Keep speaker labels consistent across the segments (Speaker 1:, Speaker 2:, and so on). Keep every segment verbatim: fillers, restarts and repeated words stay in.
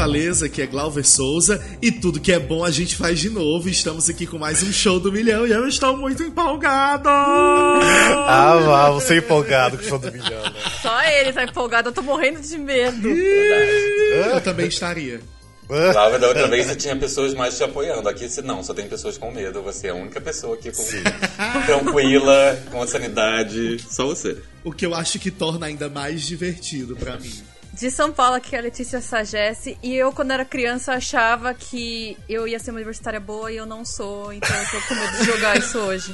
Speaker 1: Fortaleza, que é Glauber Souza, e tudo que é bom a gente faz de novo. Estamos aqui com mais um show do milhão e eu estou muito empolgado!
Speaker 2: Ah, vá, você é empolgado com o show do milhão, né?
Speaker 3: Só ele tá empolgado, eu tô morrendo de medo.
Speaker 1: Eu também estaria.
Speaker 4: Lá da outra vez você tinha pessoas mais te apoiando. Aqui não, só tem pessoas com medo. Você é a única pessoa aqui com... tranquila, com a sanidade. Só você.
Speaker 1: O que eu acho que torna ainda mais divertido pra mim.
Speaker 3: De São Paulo, aqui é a Letícia Sagesse. E eu, quando era criança, achava que eu ia ser uma universitária boa e eu não sou. Então eu tô com medo de jogar isso hoje.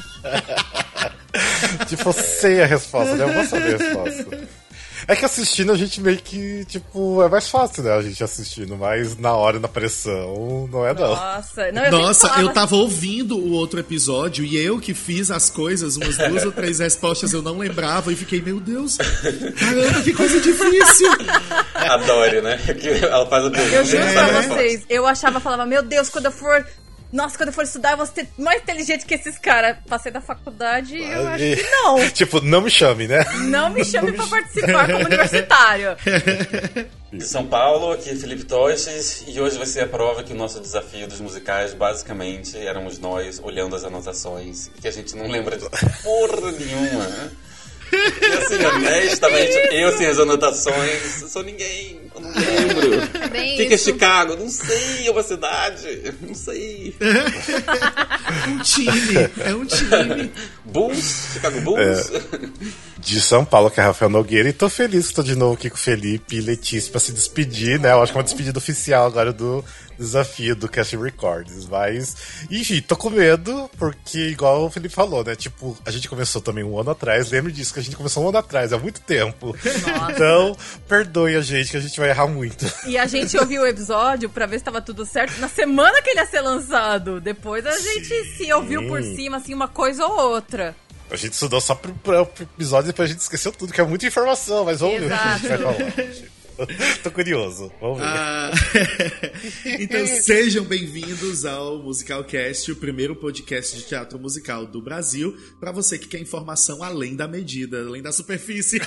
Speaker 2: Tipo, sei a resposta, né? Eu vou saber a resposta. É que assistindo a gente meio que, tipo, é mais fácil, né? A gente assistindo, mas na hora, na pressão, não é não.
Speaker 3: Nossa, não, eu
Speaker 1: Nossa,
Speaker 3: falava...
Speaker 1: eu tava ouvindo o outro episódio e eu que fiz as coisas, umas duas ou três respostas eu não lembrava e fiquei, meu Deus, caramba, que coisa difícil.
Speaker 4: Adore, né? Que ela faz a pergunta.
Speaker 3: Eu juro
Speaker 4: é.
Speaker 3: pra vocês, eu achava, falava, meu Deus, quando eu for... Nossa, quando eu for estudar, eu vou ser mais inteligente que esses caras. Passei da faculdade e eu acho que não.
Speaker 2: Tipo, não me chame, né?
Speaker 3: Não me chame pra participar como universitário.
Speaker 4: De São Paulo, aqui é Felipe Toches, e hoje vai ser a prova que o nosso desafio dos musicais, basicamente, éramos nós olhando as anotações, que a gente não lembra de porra nenhuma, né? E assim, honestamente, eu sem as anotações, eu sou ninguém, eu não lembro.
Speaker 3: É bem
Speaker 4: O que, que é
Speaker 3: isso.
Speaker 4: Chicago? Não sei, é uma cidade, não sei.
Speaker 1: Um time, é um time.
Speaker 4: Bulls? Chicago Bulls?
Speaker 2: É. De São Paulo, que é Rafael Nogueira, e tô feliz que tô de novo aqui com o Felipe e Letícia pra se despedir, né? Eu acho que é uma despedida oficial agora do desafio do Cast Records, mas enfim, tô com medo, porque igual o Felipe falou, né? Tipo, a gente começou também um ano atrás, lembre disso, que a gente começou um ano atrás, há muito tempo.
Speaker 3: Nossa.
Speaker 2: Então, perdoe a gente, que a gente vai errar muito.
Speaker 3: E a gente ouviu o episódio pra ver se tava tudo certo na semana que ele ia ser lançado. Depois a gente se ouviu por cima, assim, uma coisa ou outra.
Speaker 2: A gente estudou só pro, pro episódio e depois a gente esqueceu tudo, que é muita informação, mas vamos
Speaker 3: Exato.
Speaker 2: ver o que a gente vai falar. Tô curioso, vamos ver.
Speaker 1: Ah, então sejam bem-vindos ao Musicalcast, o primeiro podcast de teatro musical do Brasil, pra você que quer informação além da medida, além da superfície.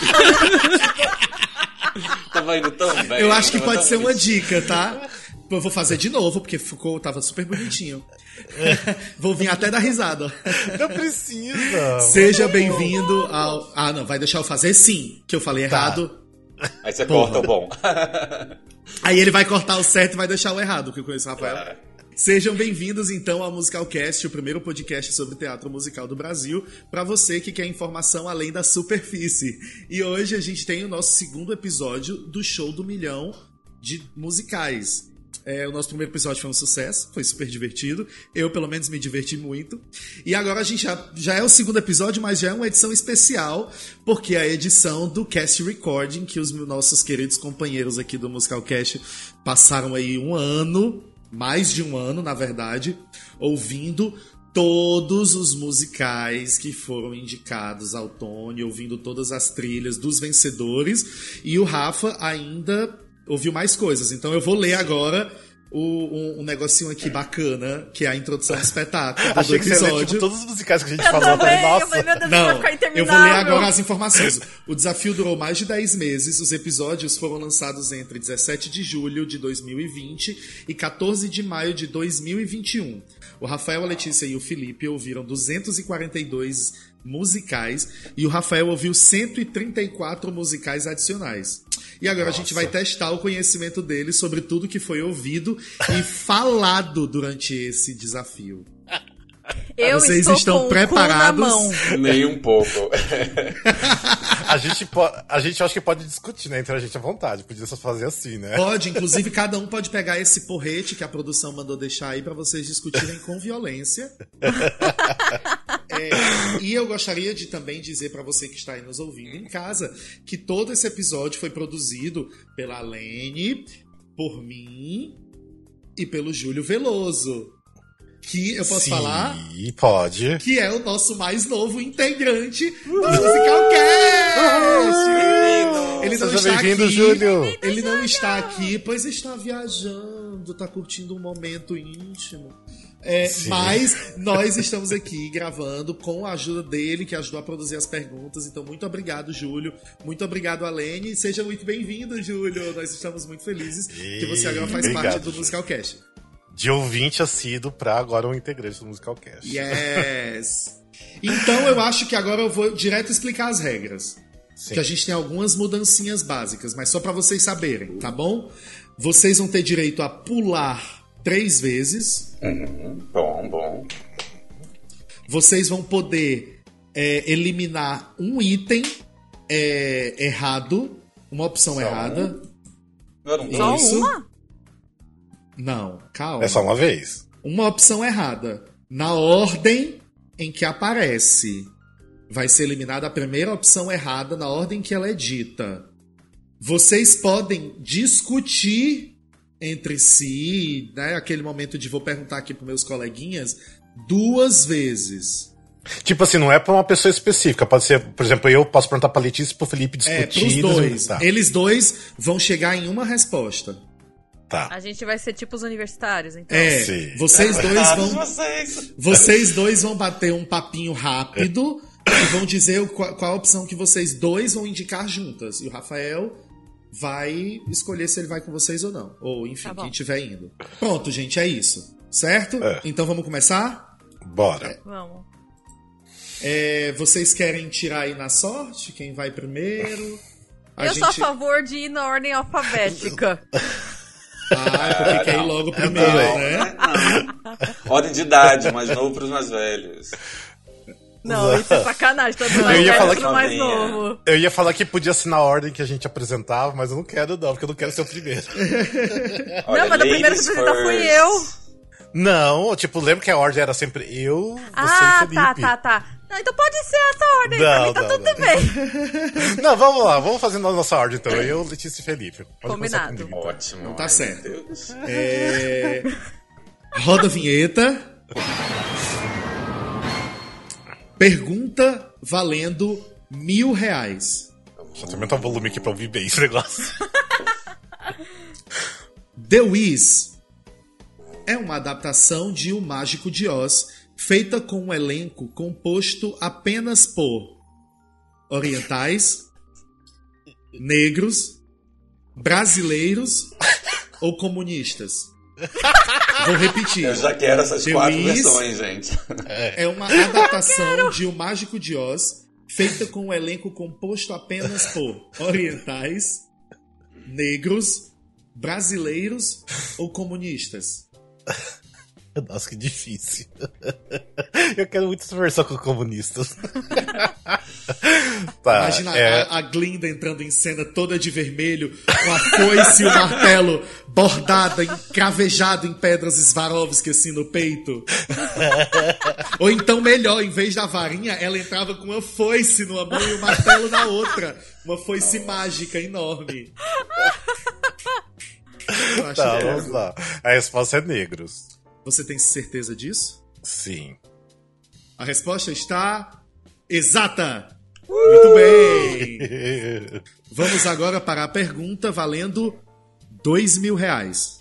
Speaker 4: Tava indo tão bem.
Speaker 1: Eu acho que
Speaker 4: tava
Speaker 1: pode
Speaker 4: tão
Speaker 1: ser uma
Speaker 4: bonitinho.
Speaker 1: dica, tá? Eu vou fazer de novo, porque ficou, tava super bonitinho. Vou vir até dar risada.
Speaker 2: Não precisa.
Speaker 1: Seja bem-vindo ao... Ah, não, vai deixar eu fazer sim, que eu falei
Speaker 2: Tá.
Speaker 1: errado.
Speaker 4: Aí você
Speaker 1: Porra.
Speaker 4: corta o bom.
Speaker 1: Aí ele vai cortar o certo e vai deixar o errado, que eu conheço o Rafael.
Speaker 4: Claro.
Speaker 1: Sejam bem-vindos, então, ao Musicalcast, o primeiro podcast sobre teatro musical do Brasil, para você que quer informação além da superfície. E hoje a gente tem o nosso segundo episódio do Show do Milhão de musicais. É, o nosso primeiro episódio foi um sucesso, foi super divertido. Eu, pelo menos, me diverti muito. E agora a gente já, já é o segundo episódio, mas já é uma edição especial, porque é a edição do Cast Recording, que os nossos queridos companheiros aqui do Musicalcast passaram aí um ano, mais de um ano, na verdade, ouvindo todos os musicais que foram indicados ao Tony, ouvindo todas as trilhas dos vencedores. E o Rafa ainda ouviu mais coisas. Então eu vou ler agora o, um, um negocinho aqui bacana, que é a introdução do espetáculo do
Speaker 2: Achei que você ia ler,
Speaker 1: episódio.
Speaker 2: tipo, todos os musicais que a gente
Speaker 3: Eu
Speaker 2: falou. Eu falei,
Speaker 3: também, eu falei,
Speaker 2: nossa.
Speaker 3: meu Deus, vai
Speaker 1: Não,
Speaker 3: ficar
Speaker 1: eu
Speaker 3: interminável.
Speaker 1: vou ler agora as informações. O desafio durou mais de dez meses. Os episódios foram lançados entre dezessete de julho de dois mil e vinte e quatorze de maio de dois mil e vinte e um. O Rafael, a Letícia e o Felipe ouviram duzentos e quarenta e dois musicais e o Rafael ouviu cento e trinta e quatro musicais adicionais. E agora Nossa. a gente vai testar o conhecimento dele sobre tudo que foi ouvido e falado durante esse desafio.
Speaker 3: Eu
Speaker 1: Vocês
Speaker 3: estou
Speaker 1: estão
Speaker 3: com
Speaker 1: preparados?
Speaker 3: O cu na mão.
Speaker 4: Nem um pouco.
Speaker 2: A gente, po- a gente acho que pode discutir, né? Entre a gente à vontade. Podia só fazer assim, né?
Speaker 1: Pode, inclusive cada um pode pegar esse porrete que a produção mandou deixar aí pra vocês discutirem com violência. É, e eu gostaria de também dizer pra você que está aí nos ouvindo em casa que todo esse episódio foi produzido pela Lene, por mim e pelo Júlio Veloso. Que eu posso
Speaker 2: Sim,
Speaker 1: falar?
Speaker 2: Pode.
Speaker 1: Que é o nosso mais novo integrante do Musicalcast! Ele não
Speaker 2: Seja
Speaker 1: está
Speaker 2: bem-vindo,
Speaker 1: aqui.
Speaker 2: Júlio.
Speaker 1: Ele não está aqui, pois está viajando, está curtindo um momento íntimo É, mas nós estamos aqui gravando com a ajuda dele, que ajudou a produzir as perguntas. Então, muito obrigado, Júlio. Muito obrigado, Alene. Seja muito bem-vindo, Júlio. Nós estamos muito felizes e... que você agora faz obrigado, parte do Musicalcast.
Speaker 2: De ouvinte assíduo pra agora um integrante do Musicalcast.
Speaker 1: Yes! Então, eu acho que agora eu vou direto explicar as regras. Sim. Que a gente tem algumas mudancinhas básicas, mas só pra vocês saberem, tá bom? Vocês vão ter direito a pular três vezes.
Speaker 4: Uhum. Bom, bom.
Speaker 1: Vocês vão poder é, eliminar um item é, errado, uma opção
Speaker 4: só
Speaker 1: errada.
Speaker 4: Um?
Speaker 3: Só
Speaker 1: Isso.
Speaker 3: uma?
Speaker 1: Não, calma.
Speaker 2: É só uma vez.
Speaker 1: Uma opção errada. Na ordem em que aparece. Vai ser eliminada a primeira opção errada na ordem que ela é dita. Vocês podem discutir entre si, né? Aquele momento de vou perguntar aqui pros meus coleguinhas, duas vezes.
Speaker 2: Tipo assim, não é pra uma pessoa específica. Pode ser, por exemplo, eu posso perguntar pra Letícia e pro Felipe discutir.
Speaker 1: É, pros dois.
Speaker 2: Tá.
Speaker 1: Eles dois vão chegar em uma resposta.
Speaker 2: Tá.
Speaker 3: A gente vai ser tipo os universitários, então.
Speaker 1: É,
Speaker 2: Sim.
Speaker 1: vocês dois vão...
Speaker 4: Vocês.
Speaker 1: Vocês dois vão bater um papinho rápido e vão dizer qual, qual a opção que vocês dois vão indicar juntas. E o Rafael vai escolher se ele vai com vocês ou não. Ou, enfim,
Speaker 3: Tá bom.
Speaker 1: quem estiver indo. Pronto, gente, é isso. Certo?
Speaker 2: É.
Speaker 1: Então vamos começar?
Speaker 2: Bora.
Speaker 3: Vamos.
Speaker 1: É, vocês querem tirar aí na sorte? Quem vai primeiro? A
Speaker 3: Eu
Speaker 1: gente...
Speaker 3: sou a favor de ir na ordem alfabética.
Speaker 1: Ah, porque quer ir logo primeiro,
Speaker 2: também.
Speaker 1: né?
Speaker 4: Não. Ordem de idade, mais novo pros mais velhos.
Speaker 3: Não, isso é sacanagem. Todo mais
Speaker 2: Eu ia
Speaker 3: velho
Speaker 2: falar
Speaker 3: pro
Speaker 2: que-
Speaker 3: mais novo.
Speaker 2: Eu ia falar que podia ser na ordem que a gente apresentava, mas eu não quero não, porque eu não quero ser o primeiro.
Speaker 4: Olha,
Speaker 3: Não, mas a primeira que
Speaker 4: ladies
Speaker 3: apresentar fui
Speaker 4: first.
Speaker 3: eu.
Speaker 2: Não, tipo, lembra que a ordem era sempre eu, você
Speaker 3: Ah,
Speaker 2: e Felipe.
Speaker 3: tá, tá, tá. Não, então pode ser essa ordem.
Speaker 2: Não,
Speaker 3: pra mim tá
Speaker 2: não,
Speaker 3: tudo
Speaker 2: não.
Speaker 3: bem.
Speaker 2: Não, vamos lá, vamos fazendo a nossa ordem então. Eu, Letícia e Felipe. Pode começar
Speaker 3: Combinado.
Speaker 2: comigo, então.
Speaker 4: Ótimo.
Speaker 1: Não tá
Speaker 4: Ai,
Speaker 1: certo.
Speaker 4: meu Deus.
Speaker 1: É... Roda a vinheta. Pergunta valendo mil reais.
Speaker 2: Deixa eu aumentar o volume aqui pra ouvir bem esse negócio.
Speaker 1: The Wiz é uma adaptação de O Mágico de Oz, feita com um elenco composto apenas por orientais, negros, brasileiros ou comunistas. Vou repetir.
Speaker 4: Eu já quero essas
Speaker 1: The
Speaker 4: quatro
Speaker 1: Wiz
Speaker 4: versões, gente.
Speaker 1: é uma adaptação de O Mágico de Oz, feita com um elenco composto apenas por orientais, negros, brasileiros ou comunistas.
Speaker 2: Nossa, que difícil. Eu quero muito essa versão com comunistas. Tá,
Speaker 1: Imagina
Speaker 2: é...
Speaker 1: a, a Glinda entrando em cena toda de vermelho, com a foice e o martelo bordada, cravejado em pedras Swarovski assim no peito. Ou então, melhor, em vez da varinha, ela entrava com uma foice numa mão e o martelo na outra. Uma foice mágica enorme. Eu acho
Speaker 2: Tá,
Speaker 1: que é.
Speaker 2: vamos lá. A resposta é negros.
Speaker 1: Você tem certeza disso?
Speaker 2: Sim.
Speaker 1: A resposta está exata! Muito bem! Vamos agora para a pergunta valendo dois mil reais.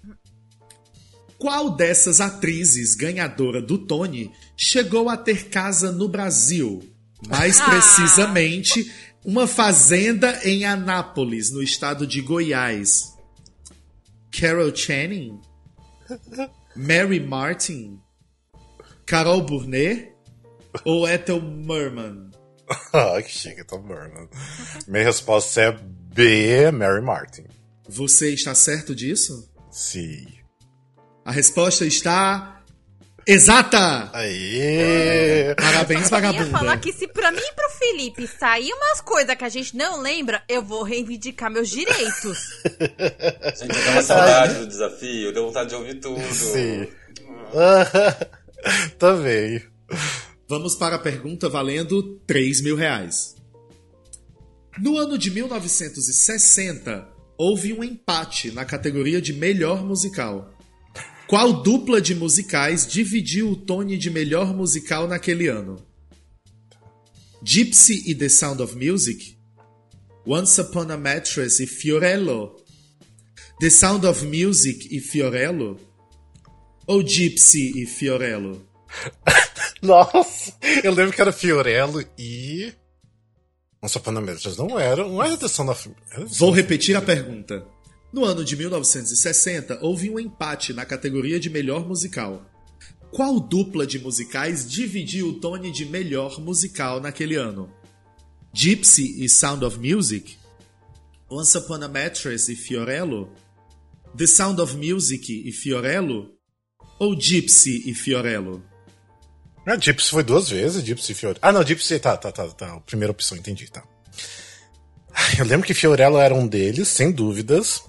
Speaker 1: Qual dessas atrizes ganhadora do Tony chegou a ter casa no Brasil? Mais precisamente, uma fazenda em Anápolis, no estado de Goiás. Carol Channing? Mary Martin? Carol Burnett? Ou Ethel Merman?
Speaker 2: Ah, que chega, tá bom, mano. Minha resposta é B, Mary Martin.
Speaker 1: Você está certo disso?
Speaker 2: Sim.
Speaker 1: A resposta está exata!
Speaker 2: Aê!
Speaker 1: Parabéns,
Speaker 3: Eu ia
Speaker 1: vagabunda.
Speaker 3: falar que se pra mim e pro Felipe sair umas coisas que a gente não lembra, eu vou reivindicar meus direitos.
Speaker 4: Gente, eu tenho uma saudade do desafio, deu vontade de ouvir tudo.
Speaker 2: Sim. Também.
Speaker 1: Vamos para a pergunta valendo três mil reais. No ano de mil novecentos e sessenta, houve um empate na categoria de melhor musical. Qual dupla de musicais dividiu o Tony de melhor musical naquele ano? Gypsy e The Sound of Music? Once Upon a Mattress e Fiorello? The Sound of Music e Fiorello? ou Gypsy e Fiorello?
Speaker 2: Nossa, eu lembro que era Fiorello e... Once Upon a Mattress não era, não era The Sound of...
Speaker 1: Vou repetir a pergunta. No ano de mil novecentos e sessenta, houve um empate na categoria de melhor musical. Qual dupla de musicais dividiu o Tony de melhor musical naquele ano? Gypsy e Sound of Music? Once Upon a Mattress e Fiorello? The Sound of Music e Fiorello? Ou Gypsy e Fiorello?
Speaker 2: A Gypsy foi duas vezes, Gypsy e Fiorello. Ah, não, Gypsy, tá, tá, tá, tá. Primeira opção, entendi, tá. Eu lembro que Fiorello era um deles, sem dúvidas.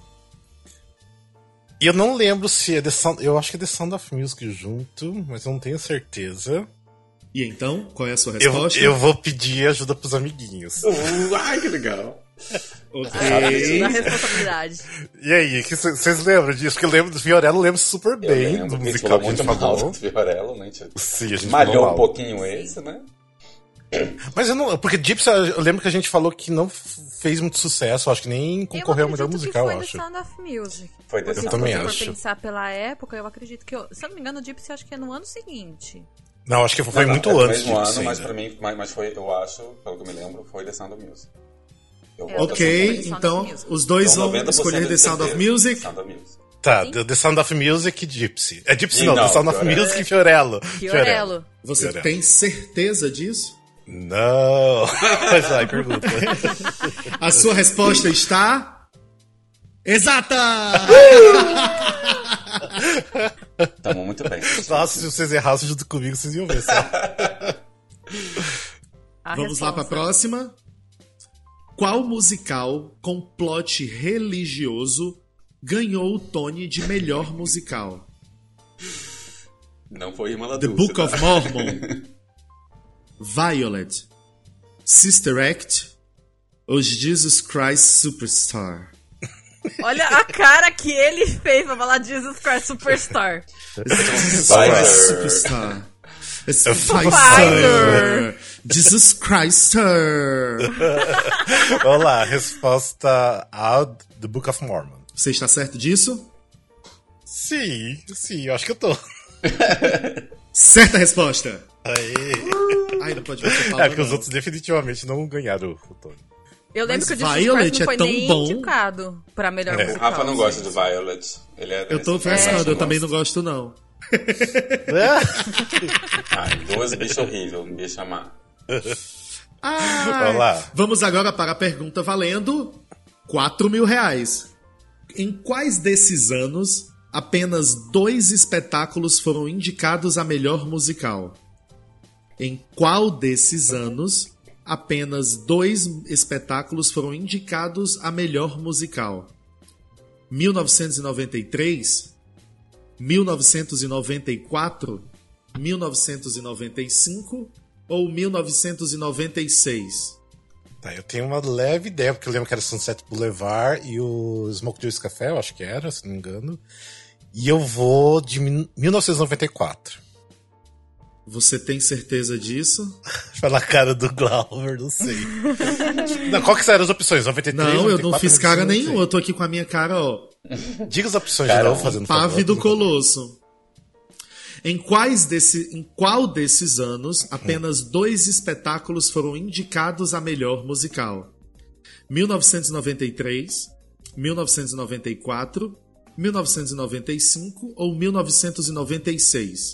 Speaker 2: E eu não lembro se é The Sound... Eu acho que é The Sound of Music junto, mas eu não tenho certeza.
Speaker 1: E então, qual é a sua resposta?
Speaker 2: Eu, eu vou pedir ajuda pros amiguinhos.
Speaker 4: Uh, ai, que legal.
Speaker 1: Ok.
Speaker 3: Na responsabilidade.
Speaker 2: E aí, vocês lembram disso? Porque eu lembro do Fiorello, eu lembro super
Speaker 4: Eu
Speaker 2: bem
Speaker 4: lembro,
Speaker 2: do
Speaker 4: a gente
Speaker 2: musical
Speaker 4: falou
Speaker 2: que a gente
Speaker 4: muito
Speaker 2: falou.
Speaker 4: mal do Fiorello, né? A gente
Speaker 2: Sim, a gente
Speaker 4: malhou
Speaker 2: falou
Speaker 4: um
Speaker 2: mal.
Speaker 4: pouquinho esse, né?
Speaker 2: Mas eu não... Porque Gypsy, eu lembro que a gente falou que não fez muito sucesso. Acho que nem concorreu ao melhor musical, eu acho.
Speaker 3: Eu acredito que foi The Sound of Music.
Speaker 4: Foi The
Speaker 3: Porque
Speaker 4: Sound
Speaker 2: of
Speaker 3: se
Speaker 2: Music.
Speaker 3: você for
Speaker 2: acho.
Speaker 3: pensar pela época, eu acredito que... Eu, se eu não me engano, o Gypsy acho que é no ano seguinte.
Speaker 2: Não, acho que foi
Speaker 4: Não,
Speaker 2: muito
Speaker 4: é do
Speaker 2: antes
Speaker 4: mesmo
Speaker 2: disso
Speaker 4: ano, mas
Speaker 2: ainda.
Speaker 4: pra mim, mas, mas foi, eu acho, pelo que eu me lembro, foi The Sound of Music. Eu
Speaker 3: É,
Speaker 4: voto
Speaker 1: Ok,
Speaker 3: The Sound
Speaker 1: então
Speaker 3: of Music.
Speaker 1: os dois
Speaker 4: Então,
Speaker 1: vão
Speaker 4: noventa por cento
Speaker 1: escolher
Speaker 4: de
Speaker 1: The Sound of
Speaker 4: certeza,
Speaker 1: Music.
Speaker 4: The Sound of Music.
Speaker 2: Tá,
Speaker 3: Sim.
Speaker 2: The, The Sound of Music e Gypsy. É Gypsy
Speaker 4: E
Speaker 2: não,
Speaker 4: não,
Speaker 2: The Sound of
Speaker 4: Fiorello.
Speaker 2: Music e Fiorello.
Speaker 3: Fiorello.
Speaker 1: Você
Speaker 2: Fiorello.
Speaker 1: tem certeza disso?
Speaker 2: Não. Mas vai, pergunta.
Speaker 1: A sua resposta está... Exata!
Speaker 4: Tamo muito bem.
Speaker 2: Nossa, se vocês errassem junto comigo, vocês iam ver. Sabe?
Speaker 3: A
Speaker 1: Vamos lá para a
Speaker 3: resposta.
Speaker 1: próxima. Qual musical com plot religioso ganhou o Tony de melhor musical?
Speaker 4: Não foi Irmã
Speaker 1: The
Speaker 4: Dulce,
Speaker 1: Book
Speaker 4: tá?
Speaker 1: of Mormon, Violet, Sister Act ou Jesus Christ Superstar?
Speaker 3: Olha a cara que ele fez pra falar Jesus Christ Superstar.
Speaker 1: Jesus
Speaker 4: Fire.
Speaker 1: Christ Superstar. It's
Speaker 3: Fire.
Speaker 1: Fire. Jesus Christ.
Speaker 2: Vamos lá, resposta A, The Book of Mormon.
Speaker 1: Você está certo disso?
Speaker 2: Sim, sim, eu acho que eu tô.
Speaker 1: Certa resposta.
Speaker 2: Aê.
Speaker 1: Ai, não pode ver que eu falo,
Speaker 2: É porque os
Speaker 1: não.
Speaker 2: outros definitivamente não ganharam o Tony.
Speaker 3: Eu lembro
Speaker 1: Mas
Speaker 3: que o Jesus
Speaker 1: Violet
Speaker 3: Christ não foi
Speaker 1: é tão
Speaker 3: nem
Speaker 1: bom.
Speaker 3: indicado pra melhor
Speaker 2: É.
Speaker 4: O
Speaker 3: musical.
Speaker 4: Rafa não gosta de Violet. Ele é
Speaker 1: Eu tô
Speaker 4: desse-
Speaker 1: versando,
Speaker 4: É,
Speaker 1: eu também não gosto, não.
Speaker 4: Ai, duas bicho horrível, me deixa amar.
Speaker 1: Ai.
Speaker 2: Vamos lá.
Speaker 1: Vamos agora para a pergunta valendo quatro mil reais. Em quais desses anos apenas dois espetáculos foram indicados a melhor musical? Em qual desses anos apenas dois espetáculos foram indicados a melhor musical? mil novecentos e noventa e três, mil novecentos e noventa e quatro, mil novecentos e noventa e cinco ou mil novecentos e noventa e seis?
Speaker 2: Tá, eu tenho uma leve ideia, porque eu lembro que era Sunset Boulevard e o Smoke Joe's Café, eu acho que era, se não me engano. E eu vou de mil novecentos e noventa e quatro.
Speaker 1: Você tem certeza disso?
Speaker 2: Pela cara do Glauber, não sei. Não, qual que eram as opções? noventa e três,
Speaker 1: Não, eu
Speaker 2: noventa e
Speaker 1: não
Speaker 2: quatro,
Speaker 1: fiz cara
Speaker 2: noventa e cinco,
Speaker 1: nenhum. Eu tô aqui com a minha cara, ó.
Speaker 2: Diga as opções
Speaker 4: Cara,
Speaker 2: de novo, fazendo favor.
Speaker 1: Pave do Colosso. Em, quais desse, em qual desses anos apenas dois espetáculos foram indicados a melhor musical? mil novecentos e noventa e três, mil novecentos e noventa e quatro, mil novecentos e noventa e cinco ou mil novecentos e noventa e seis?